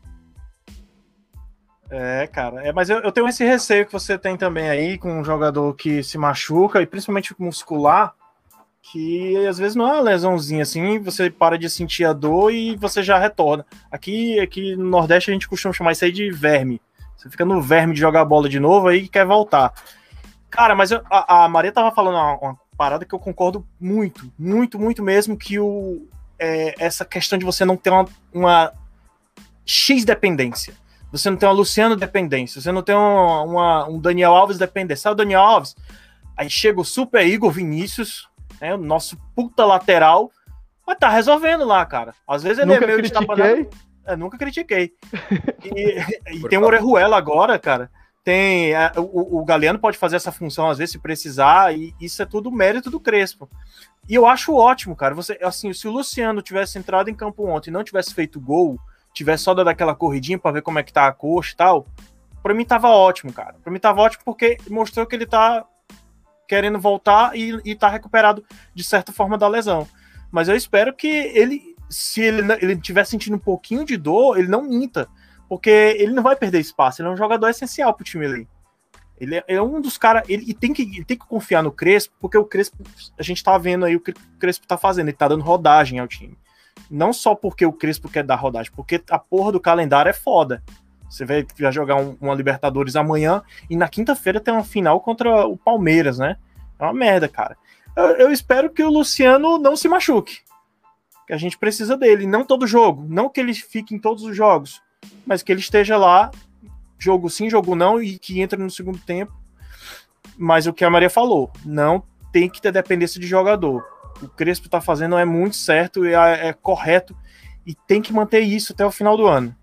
É, cara. É, mas eu, eu tenho esse receio que você tem também aí com um jogador que se machuca, e principalmente muscular, que às vezes não é uma lesãozinha assim, você para de sentir a dor e você já retorna. Aqui, aqui no Nordeste a gente costuma chamar isso aí de verme. Você fica no verme de jogar bola de novo aí e quer voltar. Cara, mas eu, a, a Maria tava falando uma, uma parada que eu concordo muito, muito, muito mesmo, que o, é, essa questão de você não ter uma, uma X-dependência. Você não tem uma Luciano dependência, você não tem uma, uma, um Daniel Alves dependência. Sabe o Daniel Alves? Aí chega o Super Igor Vinícius, né, o nosso puta lateral, mas tá resolvendo lá, cara. Às vezes ele Nunca é meio critiquei. É, nunca critiquei. E, e tem o Orejuela agora, cara. Tem é, o, o Galeano pode fazer essa função às vezes se precisar, e isso é tudo mérito do Crespo. E eu acho ótimo, cara. Você, assim, se o Luciano tivesse entrado em campo ontem e não tivesse feito gol, tivesse só dado aquela corridinha pra ver como é que tá a coxa e tal, pra mim tava ótimo, cara. Pra mim tava ótimo porque mostrou que ele tá querendo voltar e, e tá recuperado de certa forma da lesão. Mas eu espero que ele, se ele, ele tiver sentindo um pouquinho de dor, ele não minta, porque ele não vai perder espaço, ele é um jogador essencial pro time ali. Ele é, é um dos caras, ele, ele, tem que, ele tem que confiar no Crespo, porque o Crespo, a gente tá vendo aí o que o Crespo tá fazendo, ele tá dando rodagem ao time. Não só porque o Crespo quer dar rodagem, porque a porra do calendário é foda. Você vai, vai jogar um, uma Libertadores amanhã e na quinta-feira tem uma final contra o Palmeiras, né? É uma merda, cara. Eu, eu espero que o Luciano não se machuque, que a gente precisa dele, não todo jogo, não que ele fique em todos os jogos, mas que ele esteja lá, jogo sim, jogo não, e que entre no segundo tempo. Mas o que a Maria falou, não tem que ter dependência de jogador. O Crespo tá fazendo é muito certo, é, é correto, e tem que manter isso até o final do ano.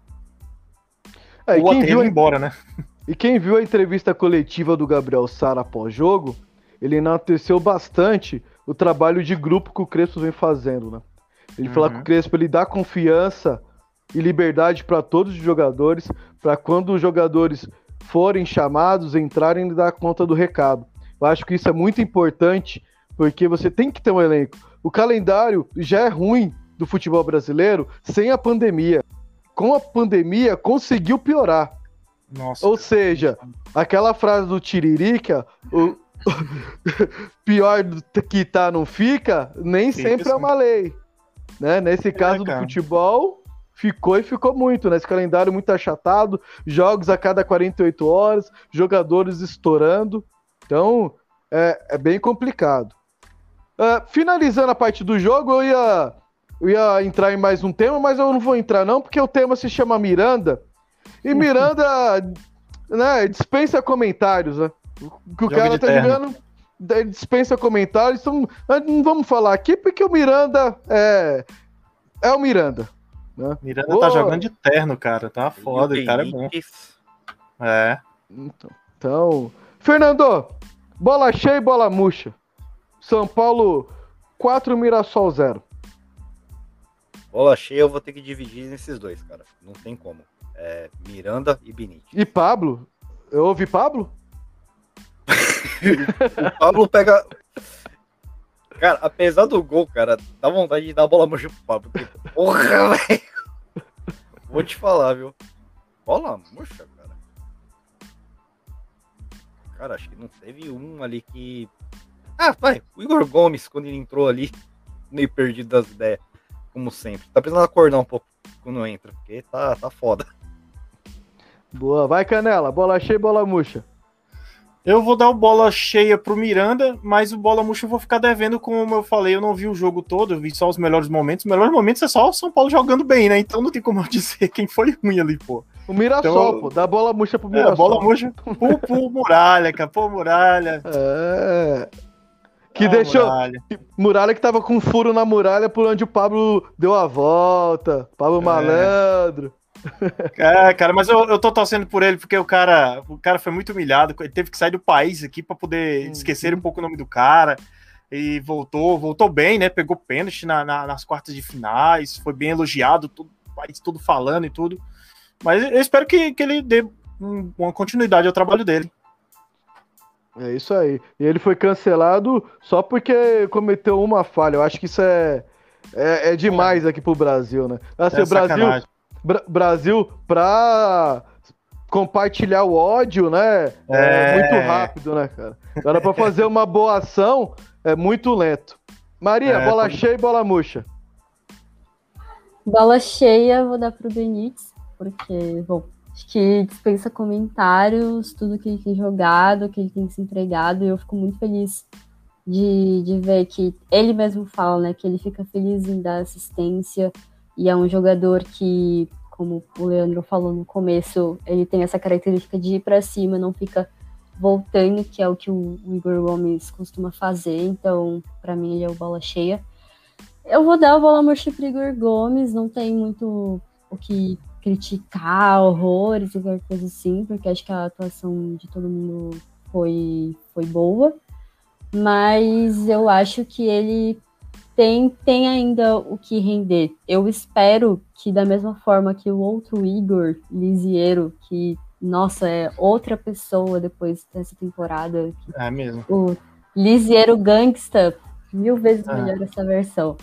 É, Ou até viu ele a... ir embora, né? E quem viu a entrevista coletiva do Gabriel Sara pós-jogo, ele enalteceu bastante o trabalho de grupo que o Crespo vem fazendo, né? Ele uhum. fala que o Crespo ele dá confiança e liberdade para todos os jogadores, para quando os jogadores forem chamados, entrarem e dar conta do recado. Eu acho que isso é muito importante, porque você tem que ter um elenco. O calendário já é ruim do futebol brasileiro sem a pandemia. Com a pandemia, conseguiu piorar. Nossa. Ou seja, aquela frase do Tiririca, o pior que tá não fica, nem fica sempre assim. É uma lei. Né? Nesse é, caso cara. do futebol, ficou e ficou muito. Né? Esse calendário muito achatado, jogos a cada quarenta e oito horas, jogadores estourando. Então, é, é bem complicado. Uh, finalizando a parte do jogo, eu ia, eu ia entrar em mais um tema, mas eu não vou entrar não, porque o tema se chama Miranda. E Miranda, né, dispensa comentários, né? O que o Jogue cara tá terno. jogando, ele dispensa comentários, então não vamos falar aqui, porque o Miranda é, é o Miranda. Né? Miranda oh. tá jogando de terno, cara, tá foda, o cara é bom. É. Então, então, Fernando, bola cheia e bola murcha. São Paulo quatro, Mirassol zero. Bola cheia eu vou ter que dividir nesses dois, cara. Não tem como. É Miranda e Benítez. E Pablo? Eu ouvi Pablo? O Pablo pega... Cara, apesar do gol, cara, dá vontade de dar a bola murcha pro Pablo. Porque, porra, velho. Vou te falar, viu? Bola murcha, cara. Cara, acho que não teve um ali que... Ah, vai, o Igor Gomes, quando ele entrou ali, meio perdido das ideias, como sempre. Tá precisando acordar um pouco quando entra, porque tá, tá foda. Boa, vai Canela, bola cheia e bola murcha. Eu vou dar o bola cheia pro Miranda, mas o bola murcha eu vou ficar devendo, como eu falei, eu não vi o jogo todo, eu vi só os melhores momentos. Os melhores momentos é só o São Paulo jogando bem, né? Então não tem como eu dizer quem foi ruim ali, pô. O Mirassol, então, pô, dá bola murcha pro Mirassol. É, bola murcha pro, pro Muralha, cara, pô, Muralha. É... Que ah, deixou. Muralha. Muralha que tava com um furo na muralha por onde o Pablo deu a volta. Pablo é. Malandro. É, cara, mas eu, eu tô torcendo por ele porque o cara, o cara foi muito humilhado. Ele teve que sair do país aqui pra poder hum, esquecer um pouco o nome do cara. E voltou, voltou bem, né? Pegou pênalti na, na, nas quartas de finais. Foi bem elogiado, tudo, o país tudo falando e tudo. Mas eu espero que, que ele dê um, uma continuidade ao trabalho dele. É isso aí. E ele foi cancelado só porque cometeu uma falha. Eu acho que isso é, é, é demais aqui pro Brasil, né? Assim, É o Brasil, sacanagem. Bra- Brasil, pra compartilhar o ódio, né? É, É. muito rápido, né, cara? Agora, pra fazer uma boa ação, é muito lento. Maria, É, bola tô- cheia e bola murcha. Bola cheia, vou dar pro Benítez, porque, bom, acho que dispensa comentários, tudo que ele tem jogado, que ele tem se entregado, e eu fico muito feliz de, de ver que ele mesmo fala, né, que ele fica feliz em dar assistência, e é um jogador que, como o Leandro falou no começo, ele tem essa característica de ir para cima, não fica voltando, que é o que o, o Igor Gomes costuma fazer, então, para mim, ele é o bola cheia. Eu vou dar a bola murcha pro Igor Gomes, não tem muito o que criticar, horrores, qualquer coisa assim, porque acho que a atuação de todo mundo foi, foi boa, mas eu acho que ele tem, tem ainda o que render. Eu espero que da mesma forma que o outro Igor Lisiero, que, nossa, é outra pessoa depois dessa temporada, É mesmo. o Lisiero Gangsta, mil vezes Ah. melhor essa versão.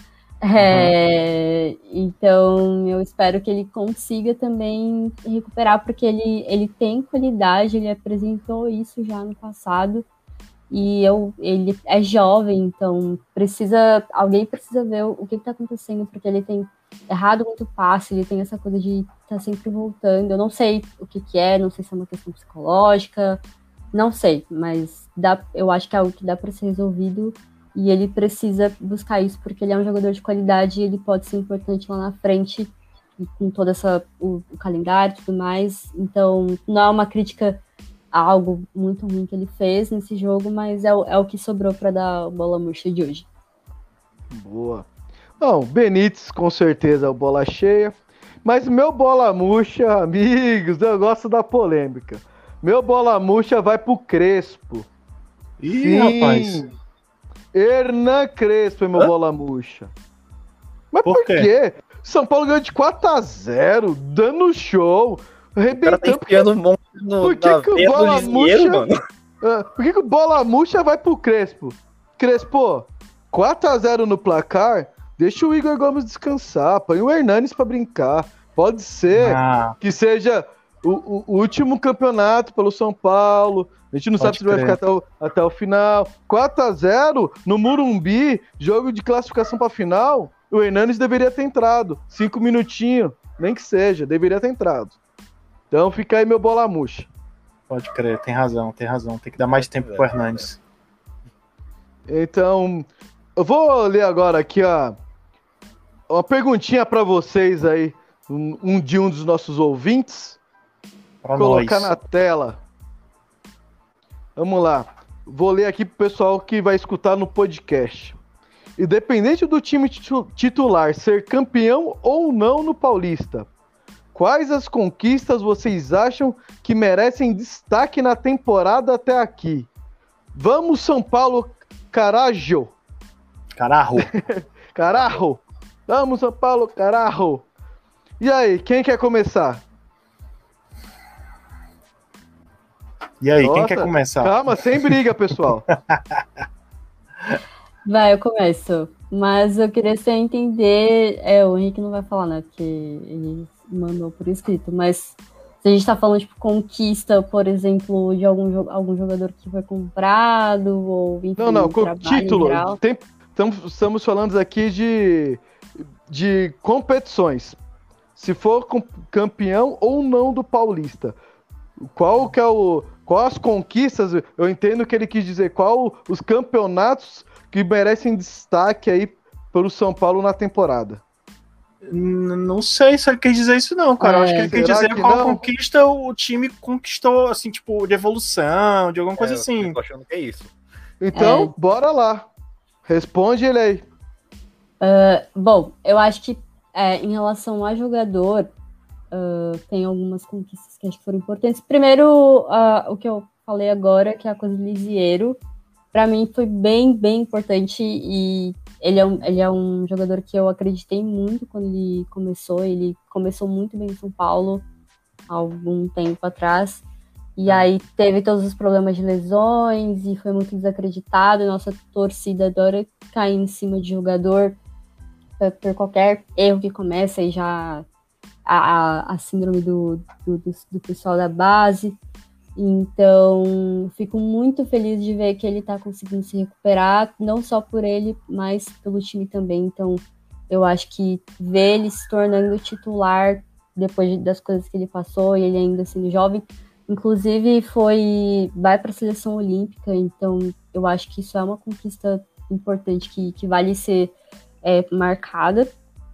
É, então eu espero que ele consiga também recuperar, porque ele, ele tem qualidade, ele apresentou isso já no passado, e eu, ele é jovem, então precisa, alguém precisa ver o, o que está acontecendo, porque ele tem errado muito passe, ele tem essa coisa de estar tá sempre voltando. Eu não sei o que, que é, não sei se é uma questão psicológica, não sei, mas dá, eu acho que é algo que dá para ser resolvido. E ele precisa buscar isso, porque ele é um jogador de qualidade e ele pode ser importante lá na frente, com todo essa, o, o calendário e tudo mais. Então, não é uma crítica a algo muito ruim que ele fez nesse jogo, mas é o, é o que sobrou para dar a bola murcha de hoje. Boa. Bom, Benítez, com certeza, é o bola cheia. Mas meu bola murcha, amigos, eu gosto da polêmica. Meu bola murcha vai pro Crespo. Ih, Sim. rapaz. Hernan Crespo é meu Hã? bola murcha. Mas Por por, quê? quê? São Paulo ganhou de quatro a zero, dando show, O cara tá arrebentando. enfiando um monte no, Por que na que o veia do bola Lisieiro, murcha- mano. Ah, por que, que o bola murcha vai pro Crespo? Crespo, quatro a zero no placar, deixa o Igor Gomes descansar, põe o Hernanes pra brincar. Pode ser Ah, que seja o, o- o último campeonato pelo São Paulo. A gente não Pode sabe se ele vai crer. ficar até o, até o final. quatro a zero no Murumbi, jogo de classificação pra final. O Hernanes deveria ter entrado. Cinco minutinhos, nem que seja, deveria ter entrado. Então fica aí meu bola murcha. pode crer, tem razão, tem razão. Tem que dar mais tempo pro Hernandes. Então, eu vou ler agora aqui ó, uma perguntinha pra vocês aí, um, um de um dos nossos ouvintes. Pra Colocar nós. na tela. Vamos lá. Vou ler aqui pro pessoal que vai escutar no podcast. Independente do time titu- titular ser campeão ou não no Paulista, quais as conquistas vocês acham que merecem destaque na temporada até aqui? Vamos, São Paulo, carajo! Carajo. Carajo! Vamos, São Paulo, carajo! E aí, quem quer começar? E aí, quem Nossa, quer começar? Calma, sem briga, pessoal. Vai, eu começo. Mas eu queria só entender. É, o Henrique não vai falar, né? Porque ele mandou por escrito. Mas se a gente tá falando, tipo, conquista, por exemplo, de algum, jo- algum jogador que foi comprado, ou enfim, Não, não, um com trabalho em título. geral. Tem, tam- estamos falando aqui de, de competições. Se for com- campeão ou não do Paulista. Qual que é o. Qual as conquistas? Eu entendo que ele quis dizer qual os campeonatos que merecem destaque aí pelo São Paulo na temporada. N- Não sei se ele quis dizer isso, não, cara. Eu É, acho que ele quis será dizer que qual não? conquista o time conquistou, assim, tipo, de evolução, de alguma coisa É, assim. Eu tô achando que é isso. Então, É. bora lá. Responde ele aí. Bom, eu acho que é, em relação a jogador, ah, tem algumas conquistas que acho que foram importantes. Primeiro, ah, o que eu falei agora, que é a coisa do Lisiero, para mim foi bem, bem importante, e ele é, um, ele é um jogador que eu acreditei muito quando ele começou. Ele começou muito bem em São Paulo há algum tempo atrás, E aí teve todos os problemas de lesões e foi muito desacreditado. Nossa torcida adora cair em cima de jogador por, por qualquer erro que começa e já a, a, a síndrome do, do, do, do pessoal da base. Então, fico muito feliz de ver que ele está conseguindo se recuperar, não só por ele, mas pelo time também. Então, eu acho que ver ele se tornando titular depois das coisas que ele passou e ele ainda sendo jovem, inclusive foi vai para a seleção olímpica, então eu acho que isso é uma conquista importante que, que vale ser é, marcada.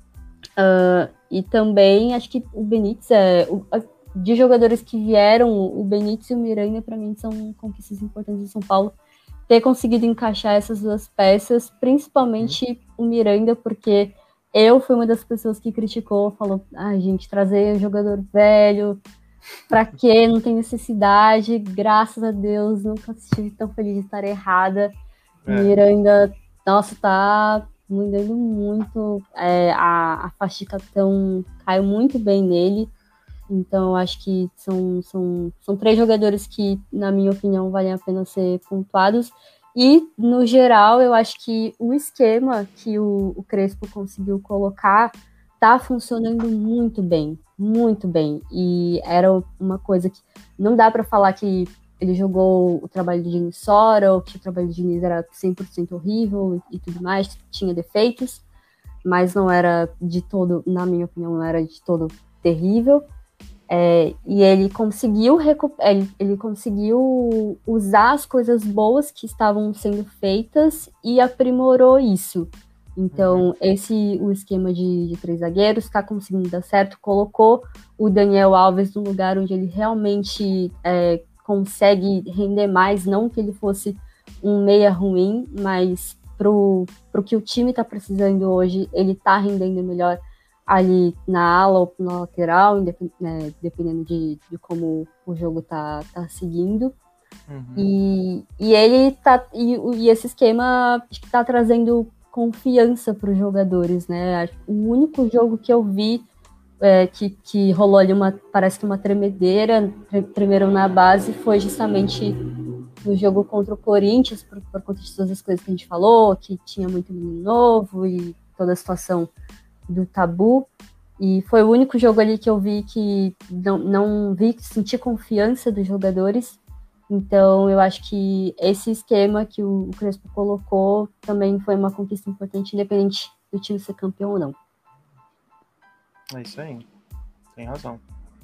Uh, e também acho que o Benítez é... O, de jogadores que vieram, o Benítez e o Miranda, para mim, são conquistas importantes do São Paulo. Ter conseguido encaixar essas duas peças, principalmente o Miranda, porque eu fui uma das pessoas que criticou, falou, ah, gente, trazer jogador velho, pra quê? Não tem necessidade. Graças a Deus, nunca estive tão feliz de estar errada. É. Miranda, nossa, tá mudando muito. É, a, a faixa de capitão caiu muito bem nele. Então, eu acho que são, são, são três jogadores que, na minha opinião, valem a pena ser pontuados. E, no geral, eu acho que o esquema que o, o Crespo conseguiu colocar tá funcionando muito bem, muito bem. E era uma coisa que não dá para falar que ele jogou o trabalho de Diniz Sora, ou que o trabalho de Diniz era cem por cento horrível e, e tudo mais, tinha defeitos, mas não era de todo, na minha opinião, não era de todo terrível. É, e ele conseguiu recu- ele, ele conseguiu usar as coisas boas que estavam sendo feitas e aprimorou isso. Então, uhum. esse o esquema de, de três zagueiros está conseguindo dar certo, colocou o Daniel Alves no lugar onde ele realmente é, consegue render mais, não que ele fosse um meia ruim, mas pro, pro que o time está precisando hoje, ele está rendendo melhor ali na ala ou na lateral, né, dependendo de, de como o jogo tá, tá seguindo. Uhum. E, e ele tá. E, e esse esquema acho que tá trazendo confiança para os jogadores, né? O único jogo que eu vi é, que, que rolou ali uma. Parece que uma tremedeira, tremeram na base, foi justamente no jogo contra o Corinthians, por, por conta de todas as coisas que a gente falou, que tinha muito menino novo e toda a situação do tabu, e foi o único jogo ali que eu vi que não, não vi sentir confiança dos jogadores. Então eu acho que esse esquema que o Crespo colocou também foi uma conquista importante, independente do time ser campeão ou não. É isso aí, tem razão.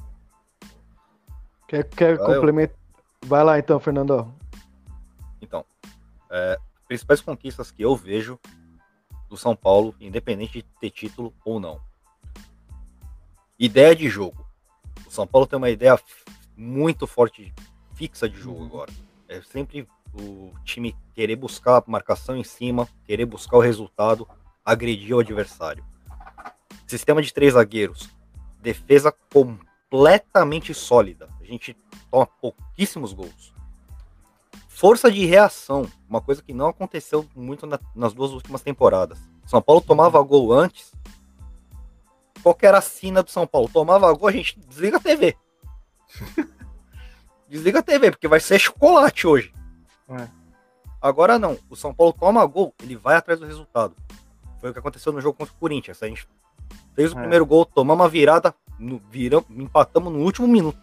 Quer, quer complementar? Vai lá então, Fernando. Então, é, principais conquistas que eu vejo do São Paulo, independente de ter título ou não. Ideia de jogo. O São Paulo tem uma ideia muito forte, fixa de jogo agora. É sempre o time querer buscar a marcação em cima, querer buscar o resultado, agredir o adversário. Sistema de três zagueiros. Defesa completamente sólida. A gente toma pouquíssimos gols. Força de reação, uma coisa que não aconteceu muito na, nas duas últimas temporadas. São Paulo tomava gol antes. Qual que era a sina do São Paulo? Tomava gol, a gente desliga a T V. Desliga a T V, porque vai ser chocolate hoje. É. Agora não, o São Paulo toma gol, ele vai atrás do resultado. Foi o que aconteceu no jogo contra o Corinthians. A gente fez o é. primeiro gol, tomamos uma virada, no, viramos, empatamos no último minuto.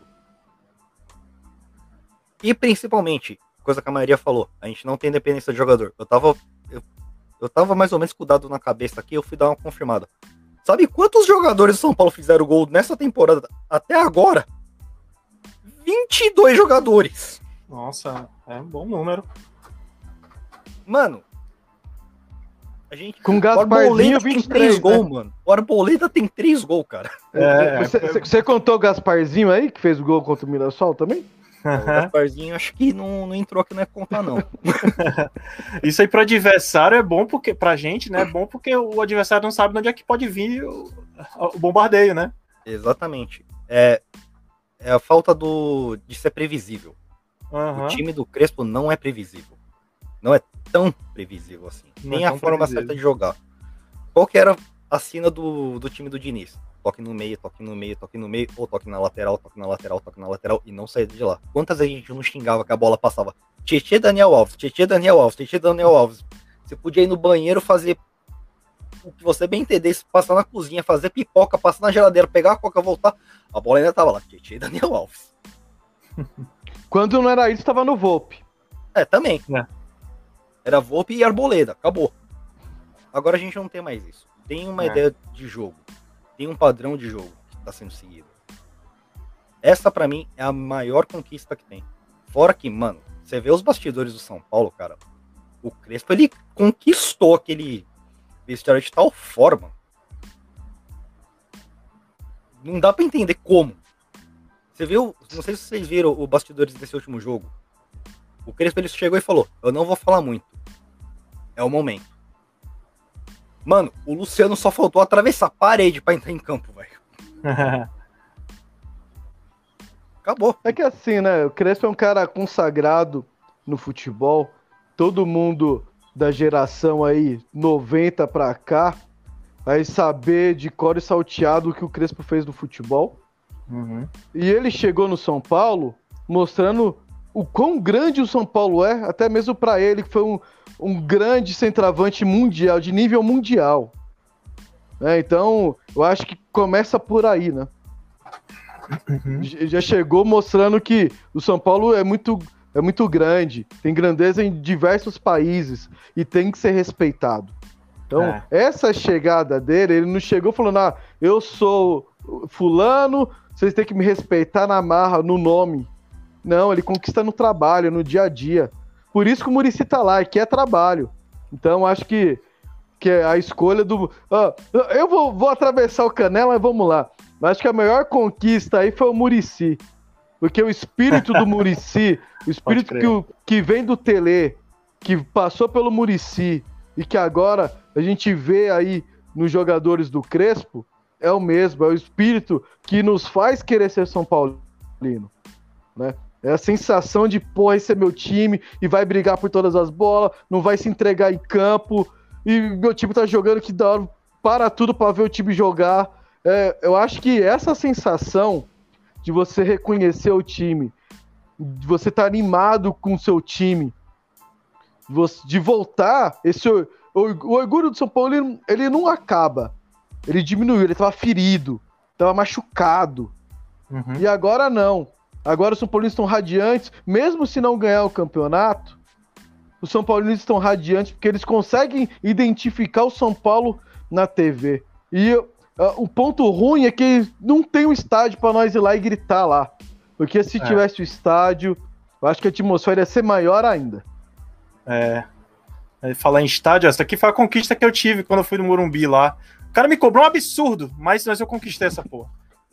E principalmente, coisa que a maioria falou, a gente não tem dependência de jogador. Eu tava, eu, eu tava mais ou menos com o dado na cabeça aqui, eu fui dar uma confirmada. Sabe quantos jogadores do São Paulo fizeram gol nessa temporada até agora? vinte e dois jogadores. Nossa, é um bom número. Mano, a gente... Com Gasparzinho, vinte e três gols, né? Mano. O Arboleda tem três gols, cara. É, você, é, você contou o Gasparzinho aí, que fez o gol contra o Mirassol também? O Gasparzinho acho que não, não entrou aqui, não é contar, não. Isso aí pro adversário é bom, porque pra gente, né? É bom porque o adversário não sabe onde é que pode vir o, o bombardeio, né? Exatamente. É, é a falta do, de ser previsível. Uhum. O time do Crespo não é previsível. Não é tão previsível assim. Não Nem é a forma previsível. certa de jogar. Qual que era a sina do, do time do Diniz? toque no meio, toque no meio, toque no meio, ou toque na lateral, toque na lateral, toque na lateral, e não saía de lá. Quantas vezes a gente não xingava que a bola passava? Tietê Daniel Alves, Tietê Daniel Alves, Tietê Daniel Alves. Você podia ir no banheiro fazer o que você bem entendesse, passar na cozinha, fazer pipoca, passar na geladeira, pegar a coca, voltar, a bola ainda tava lá, Tietê Daniel Alves. Quando não era isso, tava no Volpe. É, também. É. Era Volpe e Arboleda, acabou. Agora a gente não tem mais isso. Tem uma É. ideia de jogo. Tem um padrão de jogo que está sendo seguido. Essa, pra mim, é a maior conquista que tem. Fora que, mano, você vê os bastidores do São Paulo, cara. O Crespo, ele conquistou aquele vestiário de tal forma. Não dá pra entender como. Você viu, não sei se vocês viram os bastidores desse último jogo. O Crespo, ele chegou e falou, eu não vou falar muito. É o momento. Mano, o Luciano só faltou atravessar a parede pra entrar em campo, velho. Acabou. É que assim, né? O Crespo é um cara consagrado no futebol. Todo mundo da geração aí, noventa pra cá, vai saber de cor e salteado o que o Crespo fez no futebol. Uhum. E ele chegou no São Paulo mostrando o quão grande o São Paulo é, até mesmo pra ele, que foi um, um grande centroavante mundial, de nível mundial. É, então, eu acho que começa por aí, né? Uhum. Já chegou mostrando que o São Paulo é muito, é muito grande, tem grandeza em diversos países e tem que ser respeitado. Então, É. essa chegada dele, ele não chegou falando, ah, eu sou fulano, vocês têm que me respeitar na marra, no nome. Não, ele conquista no trabalho, no dia a dia. Por isso que o Muricy tá lá, que é trabalho. Então, acho que, que é a escolha do... Ah, eu vou, vou atravessar o Canela, mas vamos lá. Mas acho que a maior conquista aí foi o Muricy. Porque o espírito do Muricy, o espírito que, o, que vem do Tele, que passou pelo Muricy e que agora a gente vê aí nos jogadores do Crespo, é o mesmo, é o espírito que nos faz querer ser São Paulino, né? É a sensação de, pô, esse é meu time e vai brigar por todas as bolas, não vai se entregar em campo e meu time tá jogando que dá hora, para tudo para ver o time jogar. É, eu acho que essa sensação de você reconhecer o time, de você estar tá animado com o seu time, de, você, de voltar, esse o, o orgulho do São Paulo, ele, ele não acaba. Ele diminuiu, ele estava ferido, estava machucado. Uhum. E agora não. Agora os São Paulinos estão radiantes, mesmo se não ganhar o campeonato, os São Paulinos estão radiantes porque eles conseguem identificar o São Paulo na T V. E uh, o ponto ruim é que não tem um estádio para nós ir lá e gritar lá. Porque se é. tivesse o estádio, eu acho que a atmosfera ia ser maior ainda. É. Falar em estádio, essa aqui foi a conquista que eu tive quando eu fui no Morumbi lá. O cara me cobrou um absurdo, mas, mas eu conquistei essa porra.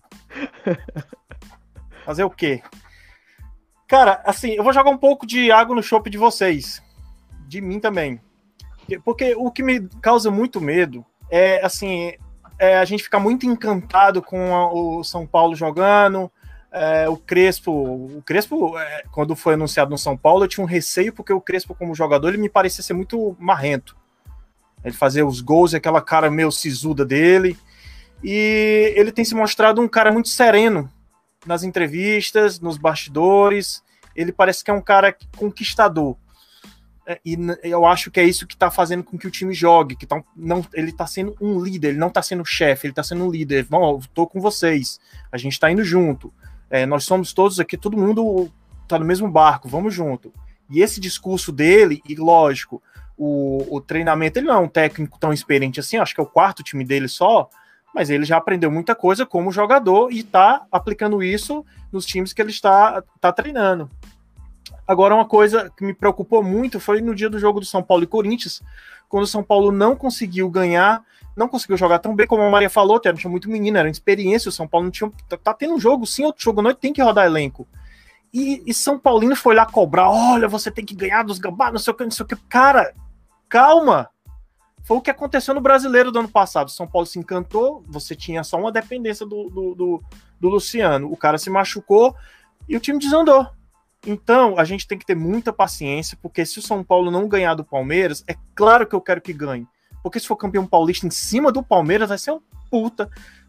Fazer o quê? Cara, assim, eu vou jogar um pouco de água no chope de vocês. De mim também. Porque o que me causa muito medo é, assim, é a gente ficar muito encantado com a, o São Paulo jogando, é, o Crespo... O Crespo, é, quando foi anunciado no São Paulo, eu tinha um receio, porque o Crespo, como jogador, ele me parecia ser muito marrento. Ele fazia os gols e aquela cara meio sisuda dele. E ele tem se mostrado um cara muito sereno nas entrevistas, nos bastidores. Ele parece que é um cara conquistador. E eu acho que é isso que está fazendo com que o time jogue. Que tá, não, ele está sendo um líder, ele não está sendo chefe, ele está sendo um líder. Bom, estou com vocês, a gente está indo junto. É, nós somos todos aqui, todo mundo está no mesmo barco, vamos junto. E esse discurso dele, e lógico, o, o treinamento, ele não é um técnico tão experiente assim, acho que é o quarto time dele só, mas ele já aprendeu muita coisa como jogador e está aplicando isso nos times que ele está, está treinando. Agora, uma coisa que me preocupou muito foi no dia do jogo do São Paulo e Corinthians, quando o São Paulo não conseguiu ganhar, não conseguiu jogar tão bem, como a Maria falou, não tinha muito menino, era uma experiência, o São Paulo não tinha... Tá tendo um jogo, sim, outro jogo à noite, tem que rodar elenco. E, e São Paulino foi lá cobrar, olha, você tem que ganhar dos gambá, não sei o que, não sei o que. Cara, calma! Foi o que aconteceu no Brasileiro do ano passado. O São Paulo se encantou, você tinha só uma dependência do, do, do, do Luciano. O cara se machucou e o time desandou. Então, a gente tem que ter muita paciência, porque se o São Paulo não ganhar do Palmeiras, é claro que eu quero que ganhe. Porque se for campeão paulista em cima do Palmeiras, vai ser um puta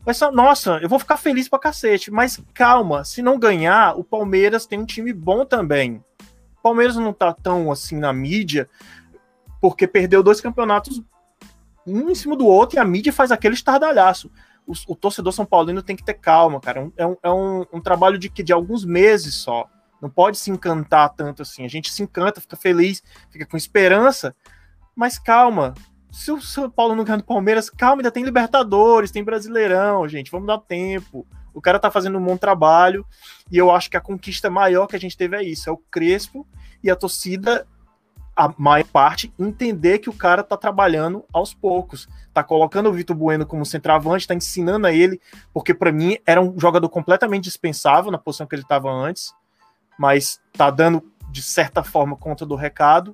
vai ser, nossa, eu vou ficar feliz pra cacete, mas calma, se não ganhar, o Palmeiras tem um time bom também. O Palmeiras não tá tão assim na mídia, porque perdeu dois campeonatos um em cima do outro e a mídia faz aquele estardalhaço. O, o torcedor São Paulino tem que ter calma, cara. É um, é um, um trabalho de, de alguns meses só. Não pode se encantar tanto assim. A gente se encanta, fica feliz, fica com esperança, mas calma. Se o São Paulo não ganhar do Palmeiras, calma, ainda tem Libertadores, tem Brasileirão, gente, vamos dar tempo. O cara tá fazendo um bom trabalho e eu acho que a conquista maior que a gente teve é isso, é o Crespo e a torcida, a maior parte, entender que o cara tá trabalhando aos poucos, tá colocando o Vitor Bueno como centroavante, tá ensinando a ele, porque para mim era um jogador completamente dispensável na posição que ele tava antes, mas tá dando, de certa forma, conta do recado.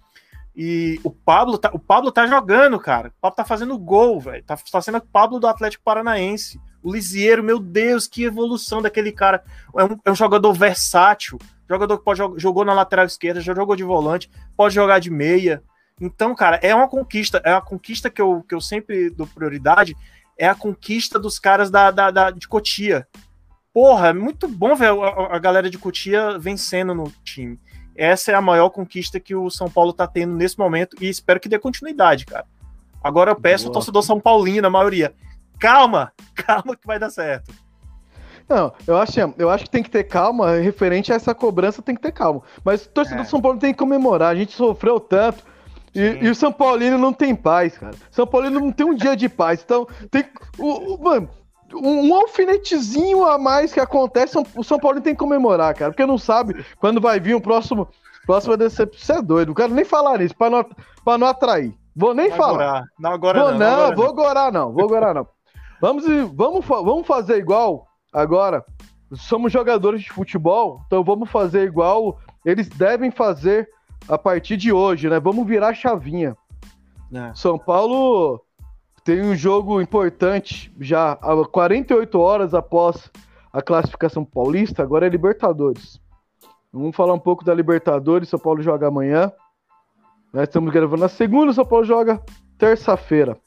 E o Pablo tá, o Pablo tá jogando, cara. O Pablo tá fazendo gol, velho. Tá, tá sendo o Pablo do Atlético Paranaense. O Lisieiro, meu Deus, que evolução daquele cara. É um, é um jogador versátil. Jogador que pode, jogou na lateral esquerda, já jogou de volante, pode jogar de meia. Então, cara, é uma conquista. É a conquista que eu, que eu sempre dou prioridade. É a conquista dos caras da, da, da, de Cotia. Porra, é muito bom ver a, a galera de Cotia vencendo no time. Essa é a maior conquista que o São Paulo tá tendo nesse momento e espero que dê continuidade, cara. Agora eu peço ao torcedor São Paulino, na maioria, calma, calma que vai dar certo. Não, eu acho, eu acho que tem que ter calma, referente a essa cobrança tem que ter calma. Mas o torcedor é. do São Paulo tem que comemorar, a gente sofreu tanto e, e o São Paulino não tem paz, cara. São Paulino não tem um dia de paz, então tem... O, o, mano, um alfinetezinho a mais que acontece, o São Paulo tem que comemorar, cara, porque não sabe quando vai vir o próximo, próximo decepção. Você é doido, não quero nem falar nisso, pra não, pra não atrair. Vou nem não falar. Agorar. Não, agora vou, não. Não, agora vou não. agorar não, vou agorar não. Vamos, vamos, vamos fazer igual agora. Somos jogadores de futebol, então vamos fazer igual eles devem fazer a partir de hoje, né? Vamos virar a chavinha. É. São Paulo... Tem um jogo importante já há quarenta e oito horas após a classificação paulista, agora é Libertadores. Vamos falar um pouco da Libertadores, São Paulo joga amanhã. Nós estamos gravando na segunda, São Paulo joga terça-feira.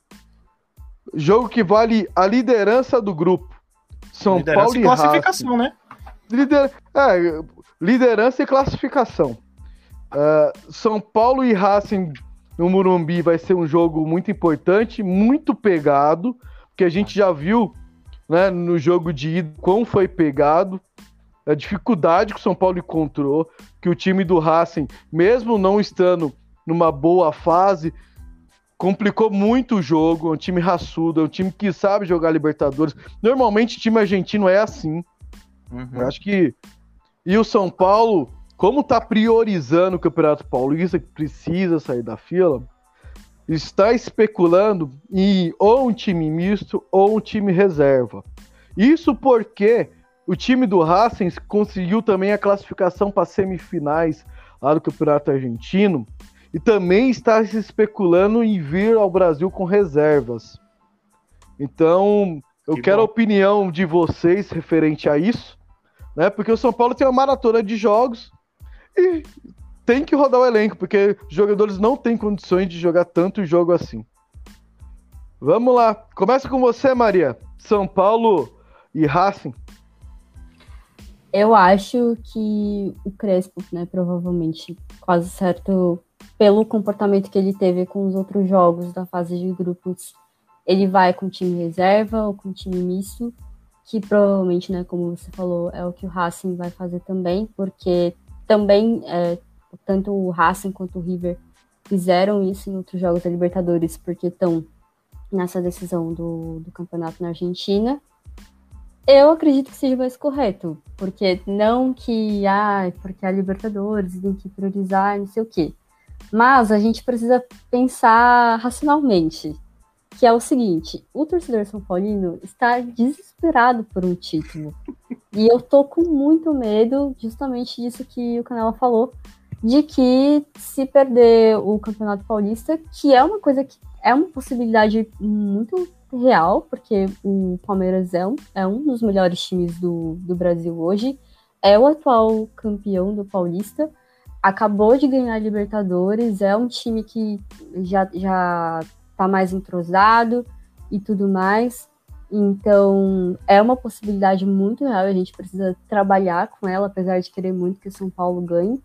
Jogo que vale a liderança do grupo. São liderança Paulo e classificação, Racing. Né? Lider... É, liderança e classificação. Uh, São Paulo e Racing... No Morumbi vai ser um jogo muito importante, muito pegado, porque a gente já viu, né, no jogo de ida como foi pegado, a dificuldade que o São Paulo encontrou, que o time do Racing, mesmo não estando numa boa fase, complicou muito o jogo. É um time raçudo, é um time que sabe jogar Libertadores. Normalmente time argentino é assim. Uhum. Eu acho que... E o São Paulo... Como está priorizando o Campeonato Paulista, que precisa sair da fila, está especulando em ou um time misto ou um time reserva. Isso porque o time do Racing conseguiu também a classificação para as semifinais lá do Campeonato Argentino e também está se especulando em vir ao Brasil com reservas. Então, eu que quero bom. a opinião de vocês referente a isso, né? Porque o São Paulo tem uma maratona de jogos e tem que rodar o elenco, porque os jogadores não têm condições de jogar tanto jogo assim. Vamos lá. Começa com você, Maria. São Paulo e Racing. Eu acho que o Crespo, né, provavelmente, quase certo, pelo comportamento que ele teve com os outros jogos da fase de grupos, ele vai com time reserva ou com time misto, que provavelmente, né, como você falou, é o que o Racing vai fazer também, porque também, é, tanto o Racing quanto o River fizeram isso em outros jogos da Libertadores, porque estão nessa decisão do, do campeonato na Argentina. Eu acredito que seja mais correto, porque não que, ah, porque a Libertadores tem que priorizar, não sei o quê. Mas a gente precisa pensar racionalmente, que é o seguinte: o torcedor são paulino está desesperado por um título. E eu tô com muito medo, justamente disso que o Canela falou, de que se perder o Campeonato Paulista, que é uma coisa que é uma possibilidade muito real, porque o Palmeiras é um, é um dos melhores times do, do Brasil hoje, é o atual campeão do Paulista, acabou de ganhar a Libertadores, é um time que já, já tá mais entrosado e tudo mais. Então, é uma possibilidade muito real, a gente precisa trabalhar com ela, apesar de querer muito que o São Paulo ganhe.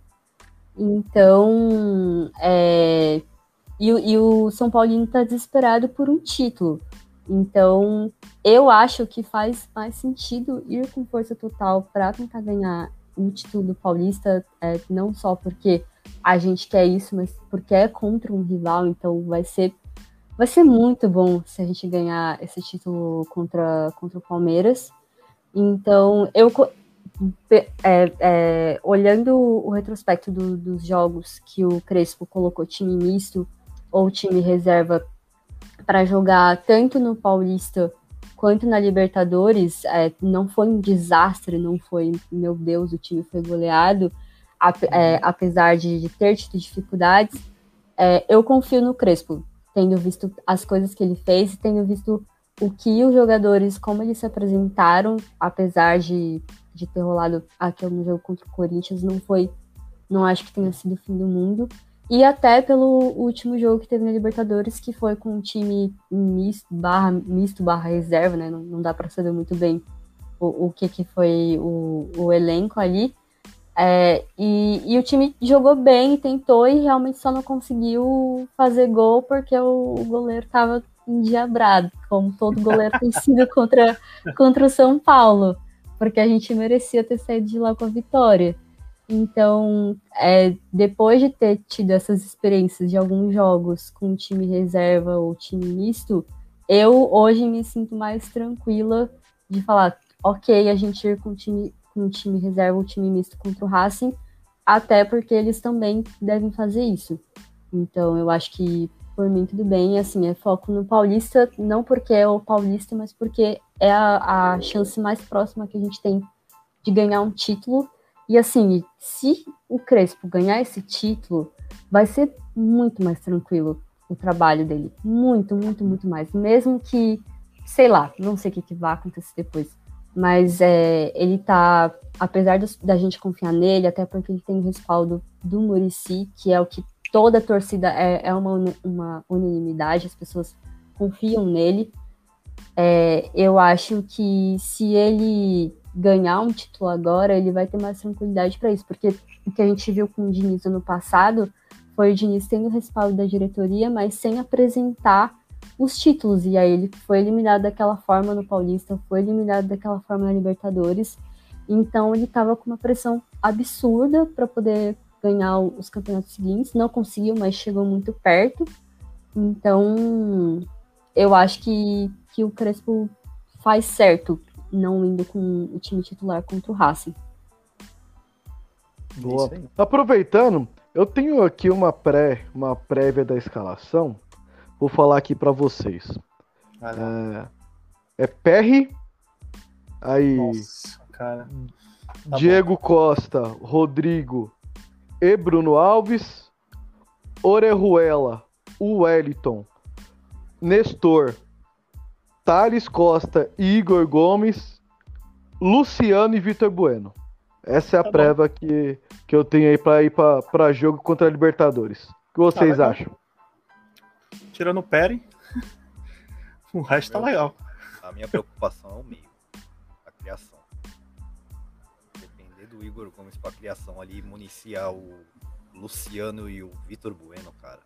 Então, é... e, e o São Paulino está desesperado por um título. Então, eu acho que faz mais sentido ir com força total para tentar ganhar o título do Paulista, é, não só porque a gente quer isso, mas porque é contra um rival, então vai ser Vai ser muito bom se a gente ganhar esse título contra, contra o Palmeiras. Então, eu é, é, olhando o retrospecto do, dos jogos que o Crespo colocou time misto ou time reserva para jogar tanto no Paulista quanto na Libertadores, é, não foi um desastre, não foi, meu Deus, o time foi goleado, é, apesar de, de ter tido dificuldades. É, eu confio no Crespo, tendo visto as coisas que ele fez e tendo visto o que os jogadores, como eles se apresentaram, apesar de, de ter rolado aquele jogo contra o Corinthians, não foi, não acho que tenha sido o fim do mundo. E até pelo último jogo que teve na Libertadores, que foi com um time misto, barra, misto, barra reserva, né? Não, não dá para saber muito bem o, o que, que foi o, o elenco ali. É, e, e o time jogou bem, tentou e realmente só não conseguiu fazer gol porque o, o goleiro estava endiabrado, como todo goleiro tem sido contra, contra o São Paulo, porque a gente merecia ter saído de lá com a vitória. Então, é, depois de ter tido essas experiências de alguns jogos com time reserva ou time misto, eu hoje me sinto mais tranquila de falar, ok, a gente ir com o time com o time reserva ou time misto contra o Racing, até porque eles também devem fazer isso. Então, eu acho que, por mim, tudo bem. Assim, é foco no Paulista, não porque é o Paulista, mas porque é a, a chance mais próxima que a gente tem de ganhar um título. E, assim, se o Crespo ganhar esse título, vai ser muito mais tranquilo o trabalho dele. Muito, muito, muito mais. Mesmo que, sei lá, não sei o que, que vai acontecer depois. Mas é, ele tá, apesar do, da gente confiar nele, até porque ele tem o respaldo do Muricy, que é o que toda a torcida é, é uma, uma unanimidade, as pessoas confiam nele. É, eu acho que se ele ganhar um título agora, ele vai ter mais tranquilidade para isso, porque o que a gente viu com o Diniz ano passado foi o Diniz tendo o respaldo da diretoria, mas sem apresentar os títulos, e aí ele foi eliminado daquela forma no Paulista, foi eliminado daquela forma na Libertadores, então ele estava com uma pressão absurda para poder ganhar os campeonatos seguintes, não conseguiu, mas chegou muito perto, então eu acho que, que o Crespo faz certo não indo com o time titular contra o Racing. Boa. Aproveitando, eu tenho aqui uma, pré, uma prévia da escalação. Vou falar aqui para vocês. É, é Perry, aí Nossa, cara. Tá Diego bom. Costa, Rodrigo e Bruno Alves, Orejuela, Wellington, Nestor, Thales Costa e Igor Gomes, Luciano e Vitor Bueno. Essa é a Tá prévia que, que eu tenho aí para ir para jogo contra a Libertadores. O que vocês Tá, acham? Tirando o Peri, o resto tá legal. A minha preocupação é o meio, a criação. Depender do Igor Gomes pra criação ali, municiar o Luciano e o Vitor Bueno, cara.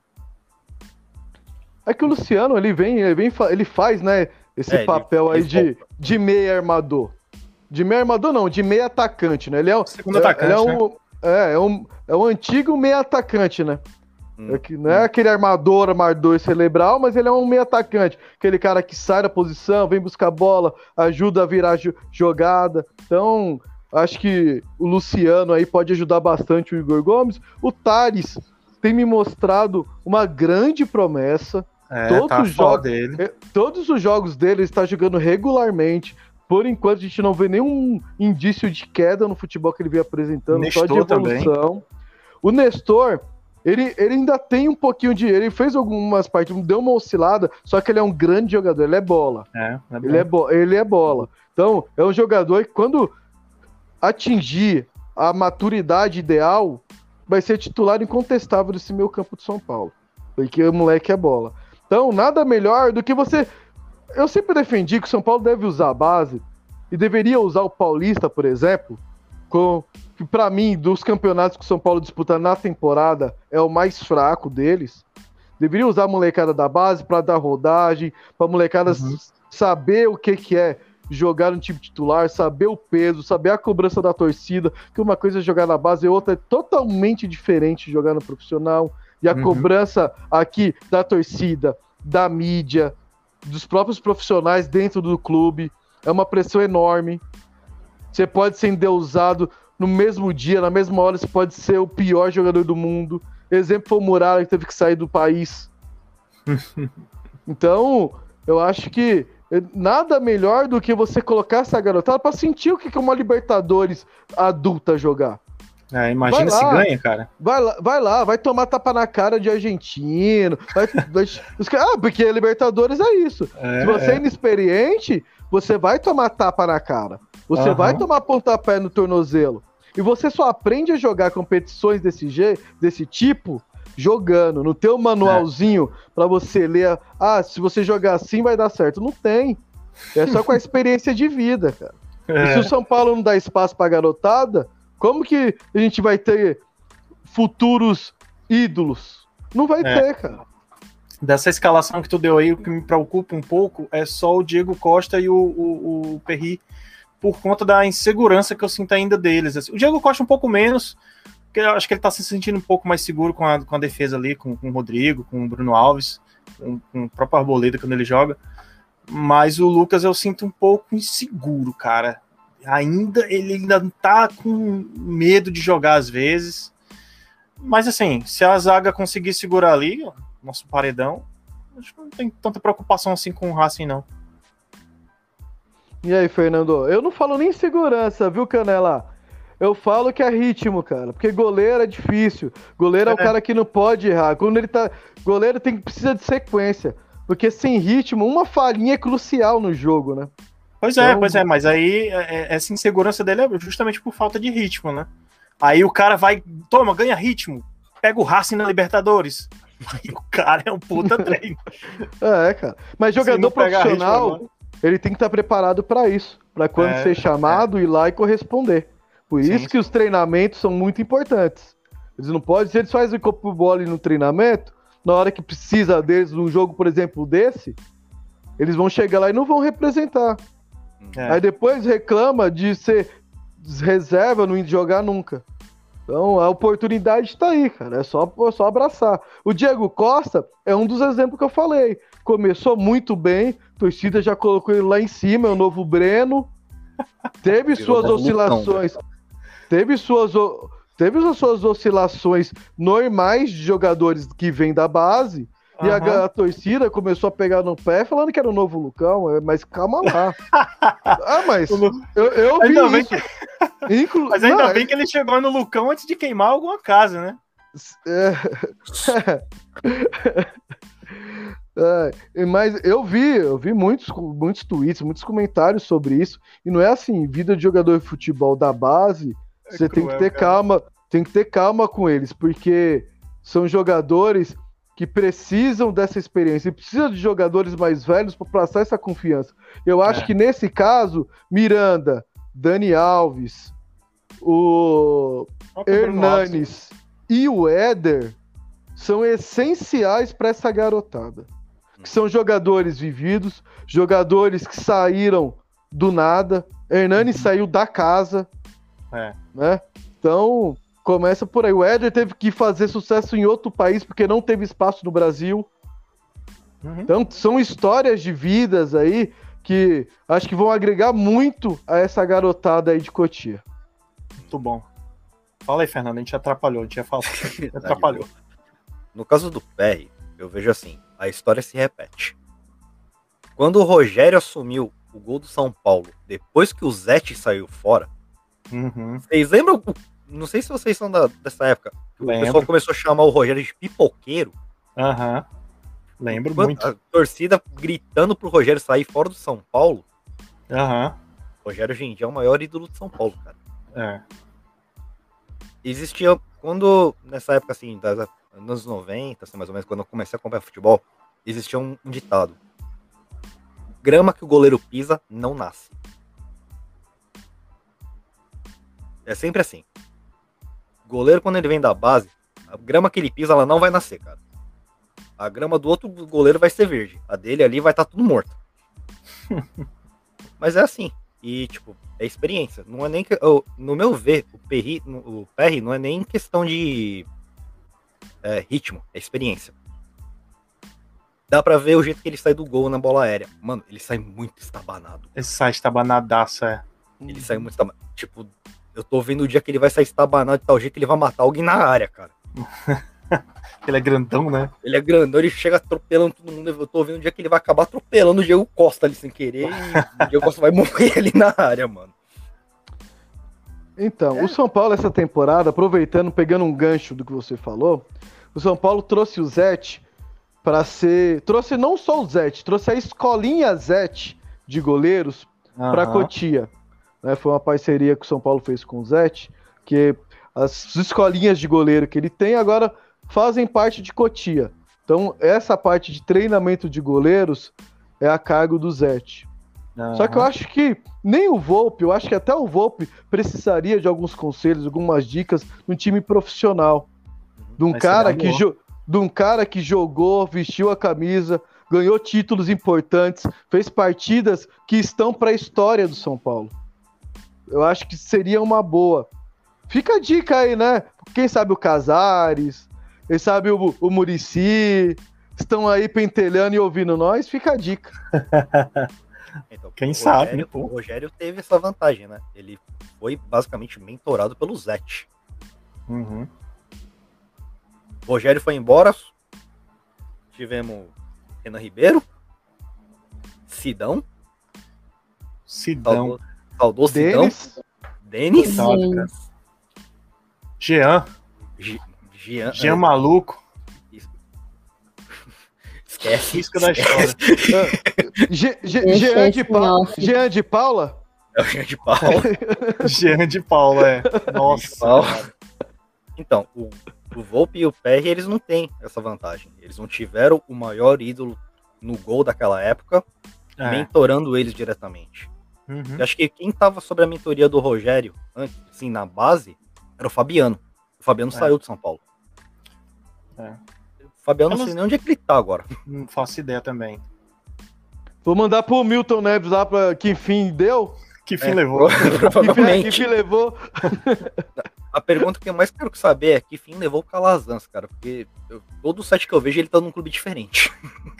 É que o Luciano, ele vem, ele vem, ele faz, né, esse É, papel ele- aí de, ele de meia armador. De meia armador não, de meia atacante, né? Ele é, um- Segundo é, atacante, ele é um, é, é um, é um antigo meia atacante, né? Hum, É que não é aquele armador, armador cerebral, mas ele é um meio atacante. Aquele cara que sai da posição, vem buscar bola, ajuda a virar jo- jogada. Então, acho que o Luciano aí pode ajudar bastante o Igor Gomes. O Thales tem me mostrado uma grande promessa. É, Todos tá os foda jogos- dele. É, Todos os jogos dele ele está jogando regularmente. Por enquanto, a gente não vê nenhum indício de queda no futebol que ele vem apresentando, só de Nestor também. evolução. O Nestor, ele, ele ainda tem um pouquinho de... Ele fez algumas partidas, deu uma oscilada, só que ele é um grande jogador, ele é bola. É, é Ele é, bo- ele é bola. Então, é um jogador que quando atingir a maturidade ideal, vai ser titular incontestável desse meio campo de São Paulo. Porque o moleque é bola. Então, nada melhor do que você eu sempre defendi que o São Paulo deve usar a base e deveria usar o Paulista, por exemplo, com, que para mim, dos campeonatos que o São Paulo disputa na temporada, é o mais fraco deles. Deveria usar a molecada da base para dar rodagem, para a molecada uhum. saber o que, que é jogar no time titular, saber o peso, saber a cobrança da torcida, que uma coisa é jogar na base e outra é totalmente diferente de jogar no profissional. E a uhum. cobrança aqui da torcida, da mídia, dos próprios profissionais dentro do clube, é uma pressão enorme. Você pode ser endeusado no mesmo dia, na mesma hora, você pode ser o pior jogador do mundo. Exemplo foi o Muralha, que teve que sair do país. Então, eu acho que nada melhor do que você colocar essa garotada para sentir o que é uma Libertadores adulta jogar. É, imagina se ganha, cara. Vai lá, vai lá, vai tomar tapa na cara de argentino. Vai, vai, ah, porque a Libertadores é isso. É, se você é inexperiente, você vai tomar tapa na cara. Você uhum. vai tomar pontapé no tornozelo. E você só aprende a jogar competições desse jeito, desse tipo, jogando. Não tem um manualzinho é. para você ler. Ah, se você jogar assim vai dar certo. Não tem. É só com a experiência de vida, cara. É. E se o São Paulo não dá espaço pra garotada, como que a gente vai ter futuros ídolos? Não vai é. ter, cara. Dessa escalação que tu deu aí, o que me preocupa um pouco é só o Diego Costa e o, o, o Perry, por conta da insegurança que eu sinto ainda deles. Assim, o Diego Costa um pouco menos, porque eu acho que ele tá se sentindo um pouco mais seguro com a, com a defesa ali, com, com o Rodrigo, com o Bruno Alves, com, com o próprio Arboleda quando ele joga. Mas o Lucas eu sinto um pouco inseguro, cara. Ainda, ele ainda tá com medo de jogar às vezes. Mas assim, se a zaga conseguir segurar ali, nosso paredão, acho que não tem tanta preocupação assim com o Racing, não. E aí, Fernando? Eu não falo nem segurança, viu, Canela? Eu falo que é ritmo, cara. Porque goleiro é difícil. Goleiro é, é o cara que não pode errar. Quando ele tá... Goleiro tem, precisa de sequência. Porque sem ritmo, uma falhinha é crucial no jogo, né? Pois é, então... pois é. Mas aí, essa insegurança dele é justamente por falta de ritmo, né? Aí o cara vai... Toma, ganha ritmo. Pega o Racing na Libertadores. Aí o cara é um puta treino. É, cara. Mas jogador profissional... Ritmo, ele tem que estar preparado para isso, para quando é, ser chamado, é. ir lá e corresponder. Por sim, isso que sim. os treinamentos são muito importantes. Eles não podem, se eles fazem corpo bola no treinamento, na hora que precisa deles, num jogo, por exemplo, desse, eles vão chegar lá e não vão representar. É. Aí depois reclama de ser reserva, não ir jogar nunca. Então a oportunidade está aí, cara. É só, é só abraçar. O Diego Costa é um dos exemplos que eu falei. Começou muito bem, a torcida já colocou ele lá em cima, é o novo Breno. Teve suas oscilações. Teve suas, teve as suas oscilações normais de jogadores que vêm da base. Uhum. E a, a torcida começou a pegar no pé falando que era o novo Lucão, mas calma lá. Ah, mas eu, eu vi ainda isso. Que... Inclu... Mas ainda não, bem que ele chegou no Lucão antes de queimar alguma casa, né? É... É, mas eu vi, eu vi muitos, muitos tweets, muitos comentários sobre isso, e não é assim, vida de jogador de futebol da base, é você cruel, tem que ter cara. calma, tem que ter calma com eles, porque são jogadores que precisam dessa experiência, e precisam de jogadores mais velhos para passar essa confiança. Eu acho é. que nesse caso, Miranda, Dani Alves, o Hernanes e o Éder são essenciais para essa garotada. Que são jogadores vividos, jogadores que saíram do nada. Hernani uhum. saiu da casa. É. Né? Então, começa por aí. O Éder teve que fazer sucesso em outro país porque não teve espaço no Brasil. Uhum. Então, são histórias de vidas aí que acho que vão agregar muito a essa garotada aí de Cotia. Muito bom. Fala aí, Fernando. A gente atrapalhou. A gente ia falar. atrapalhou. No caso do Perry, eu vejo assim, a história se repete. Quando o Rogério assumiu o gol do São Paulo, depois que o Zete saiu fora, uhum. vocês lembram, não sei se vocês são da, dessa época, que o pessoal começou a chamar o Rogério de pipoqueiro. Aham, uhum. Lembro Enquanto muito. A torcida gritando pro Rogério sair fora do São Paulo. Aham. Uhum. O Rogério hoje em dia é o maior ídolo de São Paulo, cara. É. Existia, quando, nessa época assim, das anos noventa, assim, mais ou menos, quando eu comecei a acompanhar futebol, existia um, um ditado. grama que o goleiro pisa não nasce. É sempre assim. O goleiro, quando ele vem da base, a grama que ele pisa, ela não vai nascer, cara. A grama do outro goleiro vai ser verde. A dele ali vai estar tudo morto. Mas é assim. E, tipo, é experiência. Não é nem que, eu, no meu ver, o Perry, o Perry não é nem questão de é, ritmo, é experiência. Dá pra ver o jeito que ele sai do gol na bola aérea. Mano, ele sai muito estabanado. Ele sai estabanadaço, é. Ele sai muito estabanado. Tipo, eu tô vendo o dia que ele vai sair estabanado de tal jeito que ele vai matar alguém na área, cara. Ele é grandão, né? Ele é grandão, ele chega atropelando todo mundo. Eu tô vendo o dia que ele vai acabar atropelando o Diego Costa ali sem querer. E o Diego Costa vai morrer ali na área, mano. Então, é. o São Paulo essa temporada, aproveitando, pegando um gancho do que você falou, o São Paulo trouxe o Zete para ser... Trouxe não só o Zete, trouxe a escolinha Zete de goleiros uhum. para Cotia. Né, foi uma parceria que o São Paulo fez com o Zete, que as escolinhas de goleiro que ele tem agora fazem parte de Cotia. Então, essa parte de treinamento de goleiros é a cargo do Zete. Uhum. Só que eu acho que nem o Volpi, eu acho que até o Volpi precisaria de alguns conselhos, algumas dicas no time profissional. De um, cara que, jo- de um cara que jogou, vestiu a camisa, ganhou títulos importantes, fez partidas que estão para a história do São Paulo. Eu acho que seria uma boa. Fica a dica aí, né? Quem sabe o Casares, quem sabe o, o Muricy, estão aí pentelhando e ouvindo nós, fica a dica. Então, quem o sabe, Rogério, né? O Rogério teve essa vantagem, né? Ele foi basicamente mentorado pelo Zete. Uhum. O Rogério foi embora. Tivemos Renan Ribeiro, Sidão, Sidão, saudoso Sidão, Denis, Jean, G- Jean, Jean é, maluco. Esquece. Isca da história. Ge- Ge- Jean de Paula. Jean de Paula? É o Jean de Paula. Jean de Paula, é. Nossa. Paula. Então, o, o Volpi e o Perry, eles não têm essa vantagem. Eles não tiveram o maior ídolo no gol daquela época, é. mentorando eles diretamente. Uhum. Eu acho que quem tava sobre a mentoria do Rogério, antes, assim, na base, era o Fabiano. O Fabiano é. saiu de São Paulo. É. O Fabiano Elas... não sei nem onde é que ele tá agora. Não faço ideia também. Vou mandar pro Milton Neves lá pra que fim deu. Que fim é, levou. Provavelmente. Que fim levou. A pergunta que eu mais quero saber é que fim levou o Calazans, cara. Porque eu, todo site que eu vejo ele tá num clube diferente.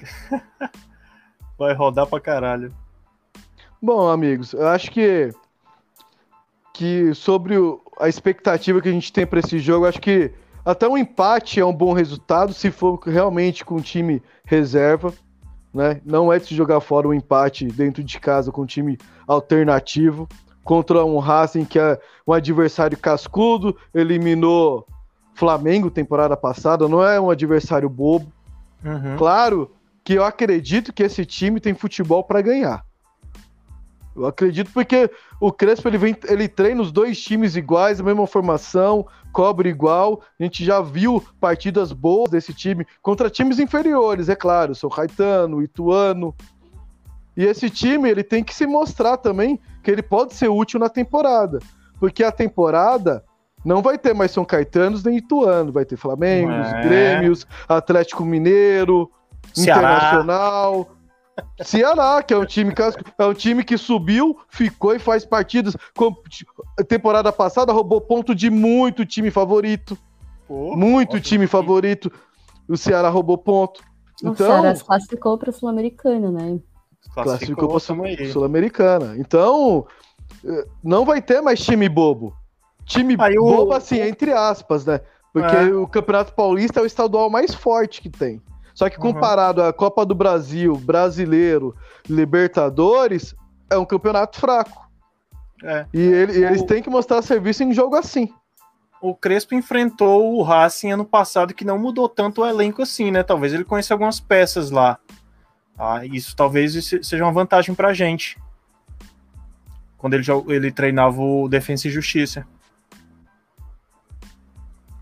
Vai rodar pra caralho. Bom, amigos, eu acho que que sobre o, a expectativa que a gente tem para esse jogo, acho que até um empate é um bom resultado se for realmente com time reserva, né? Não é de se jogar fora um empate dentro de casa com um time alternativo contra um Racing que é um adversário cascudo, eliminou Flamengo temporada passada, não é um adversário bobo. Uhum. Claro que eu acredito que esse time tem futebol para ganhar. Eu acredito porque o Crespo ele, vem, ele treina os dois times iguais, a mesma formação, cobre igual. A gente já viu partidas boas desse time contra times inferiores, é claro, São Caetano, Ituano. E esse time ele tem que se mostrar também que ele pode ser útil na temporada. Porque a temporada não vai ter mais São Caetanos nem Ituano, vai ter Flamengo, é. Grêmios, Atlético Mineiro, Ceará. Internacional... Ceará, que é um time é um time que subiu, ficou e faz partidas. Com, temporada passada roubou ponto de muito time favorito. Pô, muito nossa, time favorito. O Ceará roubou ponto. O então, Ceará se classificou para a Sul-Americana, né? Classificou para a Sul-Americana. Então, não vai ter mais time bobo. Time Aí, bobo, o... assim, entre aspas, né? Porque é. o Campeonato Paulista é o estadual mais forte que tem. Só que comparado uhum. à Copa do Brasil, Brasileiro, Libertadores, é um campeonato fraco. É. E, ele, e eles o... têm que mostrar serviço em jogo assim. O Crespo enfrentou o Racing ano passado, que não mudou tanto o elenco assim, né? Talvez ele conheça algumas peças lá. Ah, isso talvez seja uma vantagem pra gente. Quando ele, ele treinava o Defensa e Justiça.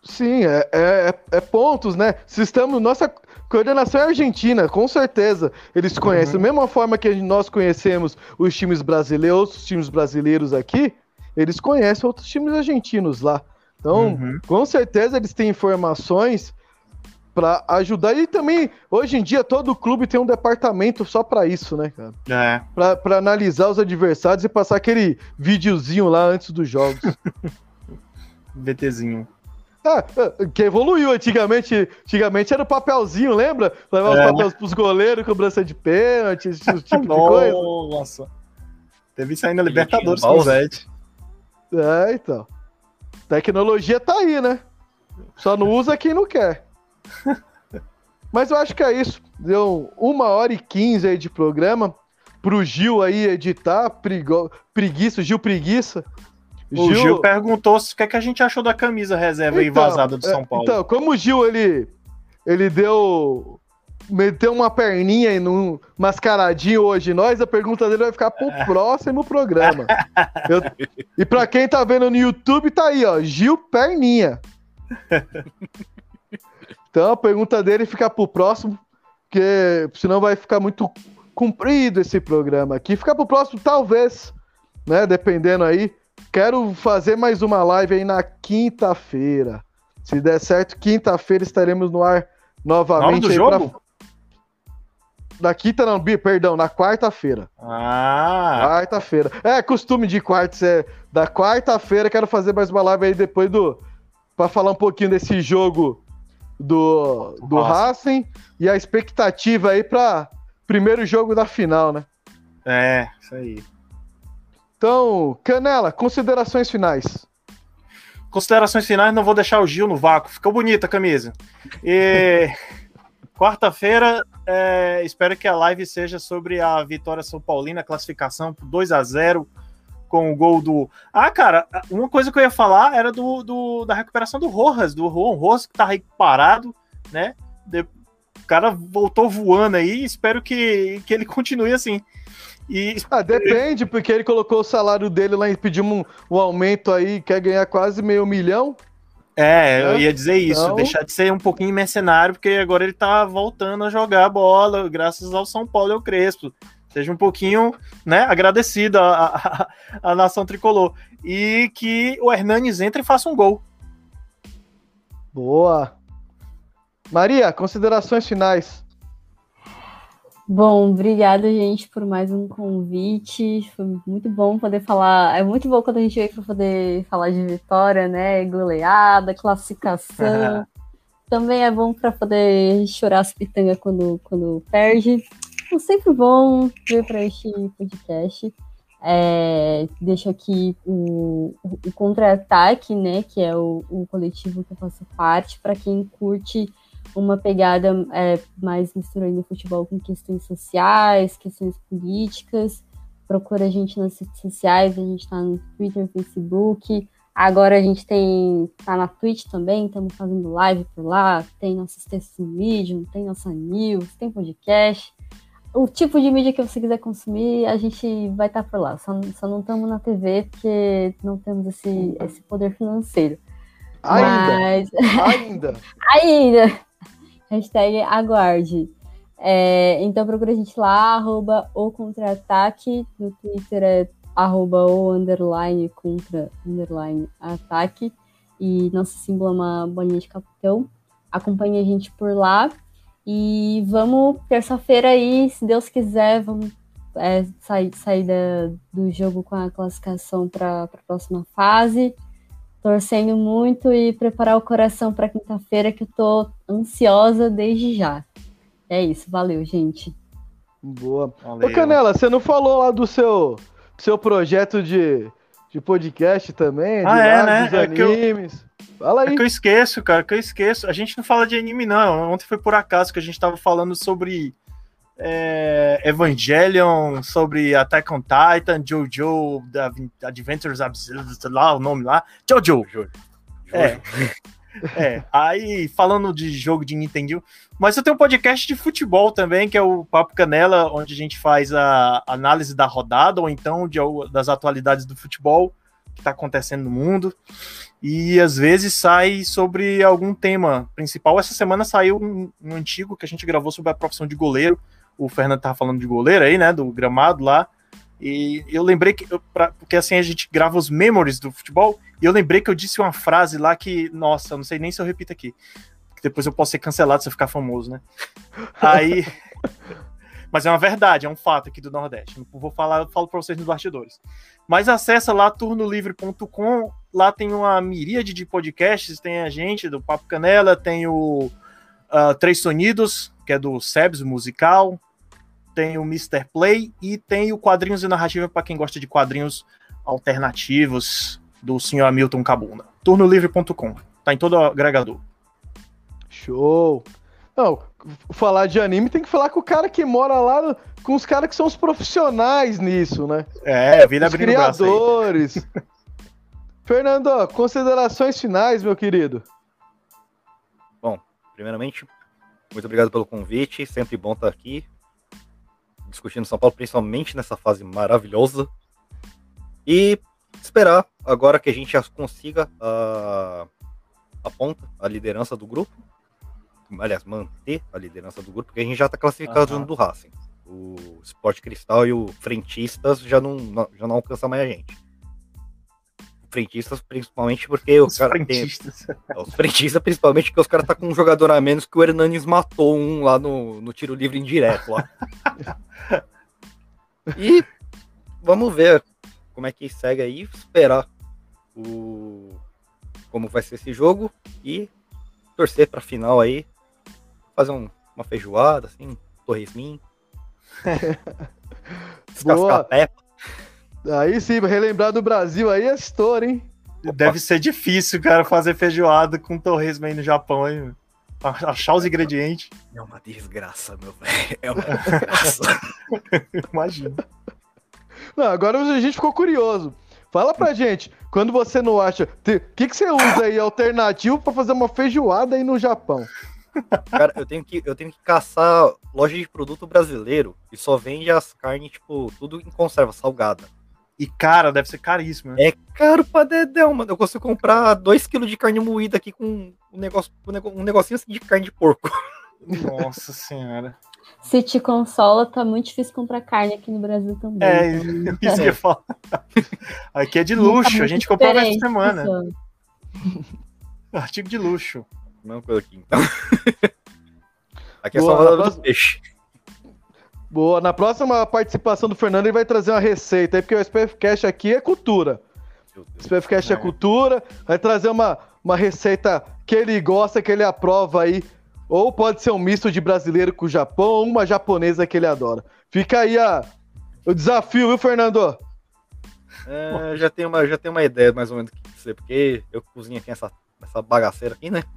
Sim, é, é, é pontos, né? Se estamos, nossa coordenação é argentina, com certeza. Eles conhecem, uhum. Da mesma forma que nós conhecemos os times brasileiros, os times brasileiros aqui, eles conhecem outros times argentinos lá. Então, uhum. com certeza eles têm informações para ajudar. E também, hoje em dia, todo clube tem um departamento só para isso, né, cara? É. Pra, pra analisar os adversários e passar aquele videozinho lá antes dos jogos. VTzinho. Ah, que evoluiu antigamente. Antigamente era o papelzinho, lembra? Levar é. os papéis pros goleiros, cobrança de pênalti, esse tipo de coisa. Nossa. Teve isso aí na Libertadores com o Zete. É, então. Tecnologia tá aí, né? Só não usa quem não quer. Mas eu acho que é isso. Deu uma hora e quinze aí de programa. Pro Gil aí editar. Prigo... Preguiça, Gil Preguiça. O Gil, Gil perguntou o que, é que a gente achou da camisa reserva então, aí vazada do São Paulo. Então, como o Gil, ele, ele deu... meteu uma perninha e num mascaradinho hoje nós, a pergunta dele vai ficar pro próximo programa. Eu, e pra quem tá vendo no YouTube, tá aí, ó, Gil Perninha. Então a pergunta dele fica pro próximo, porque senão vai ficar muito comprido esse programa aqui. Fica pro próximo, talvez, né, dependendo aí. Quero fazer mais uma live aí na quinta-feira. Se der certo, quinta-feira estaremos no ar novamente. Do aí jogo? Pra... Na quinta não, perdão, na quarta-feira. Ah! Quarta-feira. É, costume de quarta, é da quarta-feira. Quero fazer mais uma live aí depois do... Pra falar um pouquinho desse jogo do, do Racing e a expectativa aí pra primeiro jogo da final, né? É, isso aí. Então, Canela, considerações finais. Considerações finais, não vou deixar o Gil no vácuo. Ficou bonita a camisa. E quarta-feira, é, espero que a live seja sobre a vitória São Paulina, a classificação por dois a zero, com o gol do... Ah, cara, uma coisa que eu ia falar era do, do da recuperação do Rojas, do Juan Rojas, que tá aí parado, né? De... O cara voltou voando aí, espero que, que ele continue assim. E... Ah, depende, porque ele colocou o salário dele lá e pediu um, um aumento aí, quer ganhar quase meio milhão. É, eu ia dizer isso, então... deixar de ser um pouquinho mercenário, porque agora ele tá voltando a jogar bola, graças ao São Paulo e ao Crespo. Seja um pouquinho, né, agradecido à, à, à nação tricolor. E que o Hernanes entre e faça um gol. Boa. Maria, considerações finais. Bom, obrigada, gente, por mais um convite. Foi muito bom poder falar. É muito bom quando a gente vem para poder falar de vitória, né? Goleada, classificação. Também é bom para poder chorar as pitangas quando, quando perde. É sempre bom vir para este podcast. É, deixo aqui o, o, o Contra-Ataque, né? Que é o, o coletivo que eu faço parte, para quem curte uma pegada é, mais misturando futebol com questões sociais, questões políticas. Procura a gente nas redes sociais, a gente tá no Twitter, Facebook. Agora a gente tem tá na Twitch também, estamos fazendo live por lá, tem nossos textos no Medium, tem nossa news, tem podcast. O tipo de mídia que você quiser consumir, a gente vai estar tá por lá. Só, só não estamos na T V porque não temos esse, esse poder financeiro. Ainda! Mas... Ainda! Ainda! Hashtag aguarde. É, então procura a gente lá, arroba o contra-ataque. No Twitter é arroba o underline contra underline ataque. E nosso símbolo é uma bolinha de capitão. Acompanhe a gente por lá. E vamos, terça-feira aí, se Deus quiser, vamos é, sair, sair da, do jogo com a classificação para a próxima fase. Torcendo muito e preparar o coração para quinta-feira, que eu tô ansiosa desde já. É isso, valeu, gente. Boa. Valeu. Ô, Canela, você não falou lá do seu, seu projeto de, de podcast também? De ah, é, né? Dos animes. É eu, Fala aí. É que eu esqueço, cara, que eu esqueço. A gente não fala de anime, não. Ontem foi por acaso que a gente tava falando sobre é, Evangelion, sobre Attack on Titan, Jojo, The Adventures, lá o nome lá. Jojo. Jojo. É. É, aí falando de jogo de Nintendo, mas eu tenho um podcast de futebol também, que é o Papo Canela, onde a gente faz a análise da rodada, ou então de, das atualidades do futebol, que está acontecendo no mundo. E às vezes sai sobre algum tema principal. Essa semana saiu um, um antigo que a gente gravou sobre a profissão de goleiro. O Fernando estava falando de goleiro aí, né? Do gramado lá. E eu lembrei que, eu, pra, porque assim a gente grava os memories do futebol, e eu lembrei que eu disse uma frase lá que, nossa, eu não sei nem se eu repito aqui, que depois eu posso ser cancelado se eu ficar famoso, né? Aí, mas é uma verdade, é um fato aqui do Nordeste, não vou falar, eu falo pra vocês nos bastidores. Mas acessa lá, turno livre ponto com, lá tem uma miríade de podcasts, tem a gente, do Papo Canela, tem o uh, Três Sonidos, que é do Sebs, musical, tem o mister Play e tem o Quadrinhos e Narrativa para quem gosta de quadrinhos alternativos do senhor Hamilton Cabuna. turno livre ponto com. Tá em todo agregador. Show! Não, falar de anime tem que falar com o cara que mora lá, com os caras que são os profissionais nisso, né? É, Vila os abrindo o braço aí. criadores. Fernando, considerações finais, meu querido. Bom, primeiramente, muito obrigado pelo convite. Sempre bom estar aqui discutindo São Paulo, principalmente nessa fase maravilhosa. E esperar agora que a gente já consiga a, a ponta, a liderança do grupo. Aliás, manter a liderança do grupo, porque a gente já está classificado junto do Racing. O Sport Cristal e o Frentistas já não, não, já não alcançam mais a gente. Frentistas, principalmente porque os o cara frentistas. Tem, é, os frentistas, principalmente porque os caras tá com um jogador a menos que o Hernanes matou um lá no, no tiro livre indireto lá. E vamos ver como é que segue aí, esperar o como vai ser esse jogo e torcer pra final aí, fazer um, uma feijoada, assim, um torresminho. Descascar a pepa. Aí sim, relembrar do Brasil aí é história, hein? Deve ser difícil, cara, fazer feijoada com torresmo aí no Japão, hein? Achar os ingredientes. É uma desgraça, meu velho. É uma desgraça. Imagina. Não, agora a gente ficou curioso. Fala pra gente, quando você não acha... O que, que você usa aí alternativo pra fazer uma feijoada aí no Japão? Cara, eu tenho que, eu tenho que caçar loja de produto brasileiro e só vende as carnes, tipo, tudo em conserva, salgada. E, cara, deve ser caríssimo, né? É caro pra dedéu, mano. Eu consigo comprar dois quilos de carne moída aqui com um, negócio, um negocinho assim de carne de porco. Nossa senhora. Se te consola, tá muito difícil comprar carne aqui no Brasil também. É, isso que eu ia falar. Aqui é de luxo, a gente comprou essa semana. Pessoal. Artigo de luxo. Não, pelo aqui, então. Aqui é só a próxima... do peixe. Boa, na próxima participação do Fernando ele vai trazer uma receita aí, porque o S P F Cash aqui é cultura. O S P F Cash é. é cultura, vai trazer uma, uma receita que ele gosta, que ele aprova aí, ou pode ser um misto de brasileiro com o Japão, ou uma japonesa que ele adora. Fica aí a, o desafio, viu, Fernando? É, já tenho uma, já tenho uma ideia mais ou menos do que ser, porque eu cozinho aqui essa, essa bagaceira aqui, né?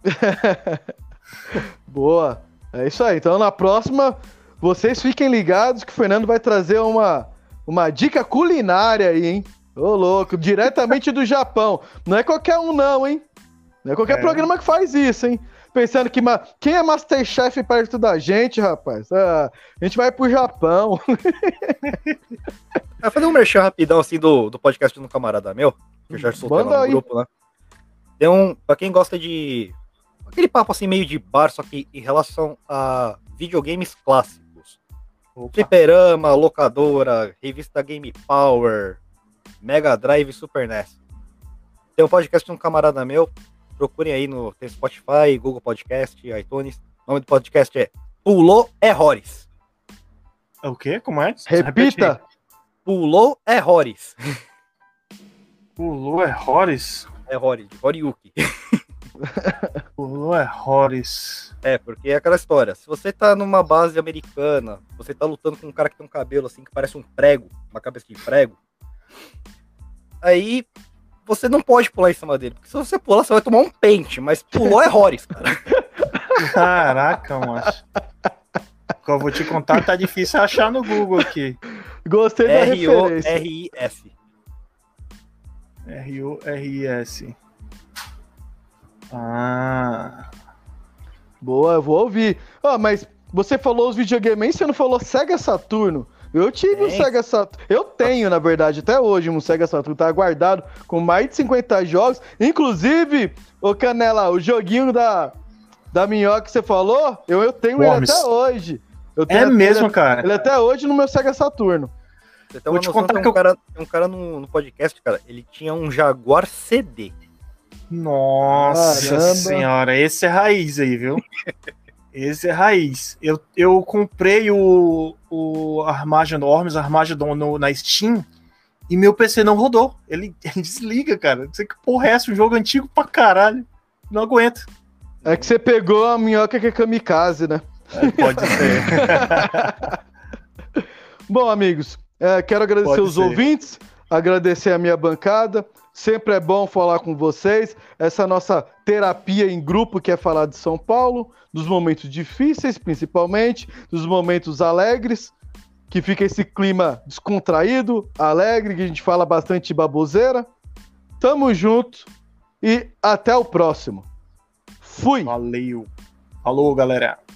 Boa, é isso aí. Então na próxima... Vocês fiquem ligados que o Fernando vai trazer uma, uma dica culinária aí, hein? Ô, louco, diretamente do Japão. Não é qualquer um, não, hein? Não é qualquer é. programa que faz isso, hein? Pensando que ma... quem é Masterchef perto da gente, rapaz? Ah, a gente vai pro Japão. Vai fazer um merchan rapidão, assim, do, do podcast de um camarada meu, que eu já soltei lá no aí. grupo, né? Tem um, pra quem gosta de... aquele papo, assim, meio de bar, só que em relação a videogames clássicos. Fliperama, locadora, revista Game Power, Mega Drive, Super N E S. Tem um podcast de um camarada meu, procurem aí no tem Spotify, Google Podcast, iTunes. O nome do podcast é Pulou Errores. O quê? Como é? Repita. Pulou Errores. Pulou Errores? Errores, de Horyuki. Pulou Errores. É, porque é aquela história. Se você tá numa base americana, você tá lutando com um cara que tem um cabelo assim, que parece um prego, uma cabeça de prego, aí você não pode pular em cima dele, porque se você pular, você vai tomar um pente, mas pulou Errores, cara. Caraca, macho. Eu vou te contar, tá difícil achar no Google aqui. Gostei da R O referência. R I S. R O R I S. Ah... Boa, eu vou ouvir. Ah, mas você falou os videogames, você não falou Sega Saturno. Eu tive um Sega Saturn. Eu tenho, na verdade, até hoje um Sega Saturn. Tá guardado com mais de cinquenta jogos. Inclusive, ô Canela, o joguinho da, da minhoca que você falou, eu, eu tenho Worms. ele até hoje. Eu tenho É até- mesmo, ele, cara? Ele até hoje no meu Sega Saturno. Você tem Vou uma te noção, contar tem que um eu- cara, tem um cara no, no podcast, cara, ele tinha um Jaguar C D. Nossa Caramba. senhora, esse é raiz aí, viu? Esse é raiz. Eu, eu comprei o, o Armageddon, Worms Armageddon no, na Steam e meu P C não rodou. Ele, ele desliga, cara. Não sei que porra é essa, um jogo antigo pra caralho. Não aguento. É que você pegou a minhoca que é kamikaze, né? É, pode ser. Bom, amigos, é, quero agradecer Pode os ser. ouvintes, agradecer a minha bancada. Sempre é bom falar com vocês. Essa nossa terapia em grupo que é falar de São Paulo, dos momentos difíceis, principalmente, dos momentos alegres, que fica esse clima descontraído, alegre, que a gente fala bastante baboseira. Tamo junto e até o próximo. Fui! Valeu. Falou, galera.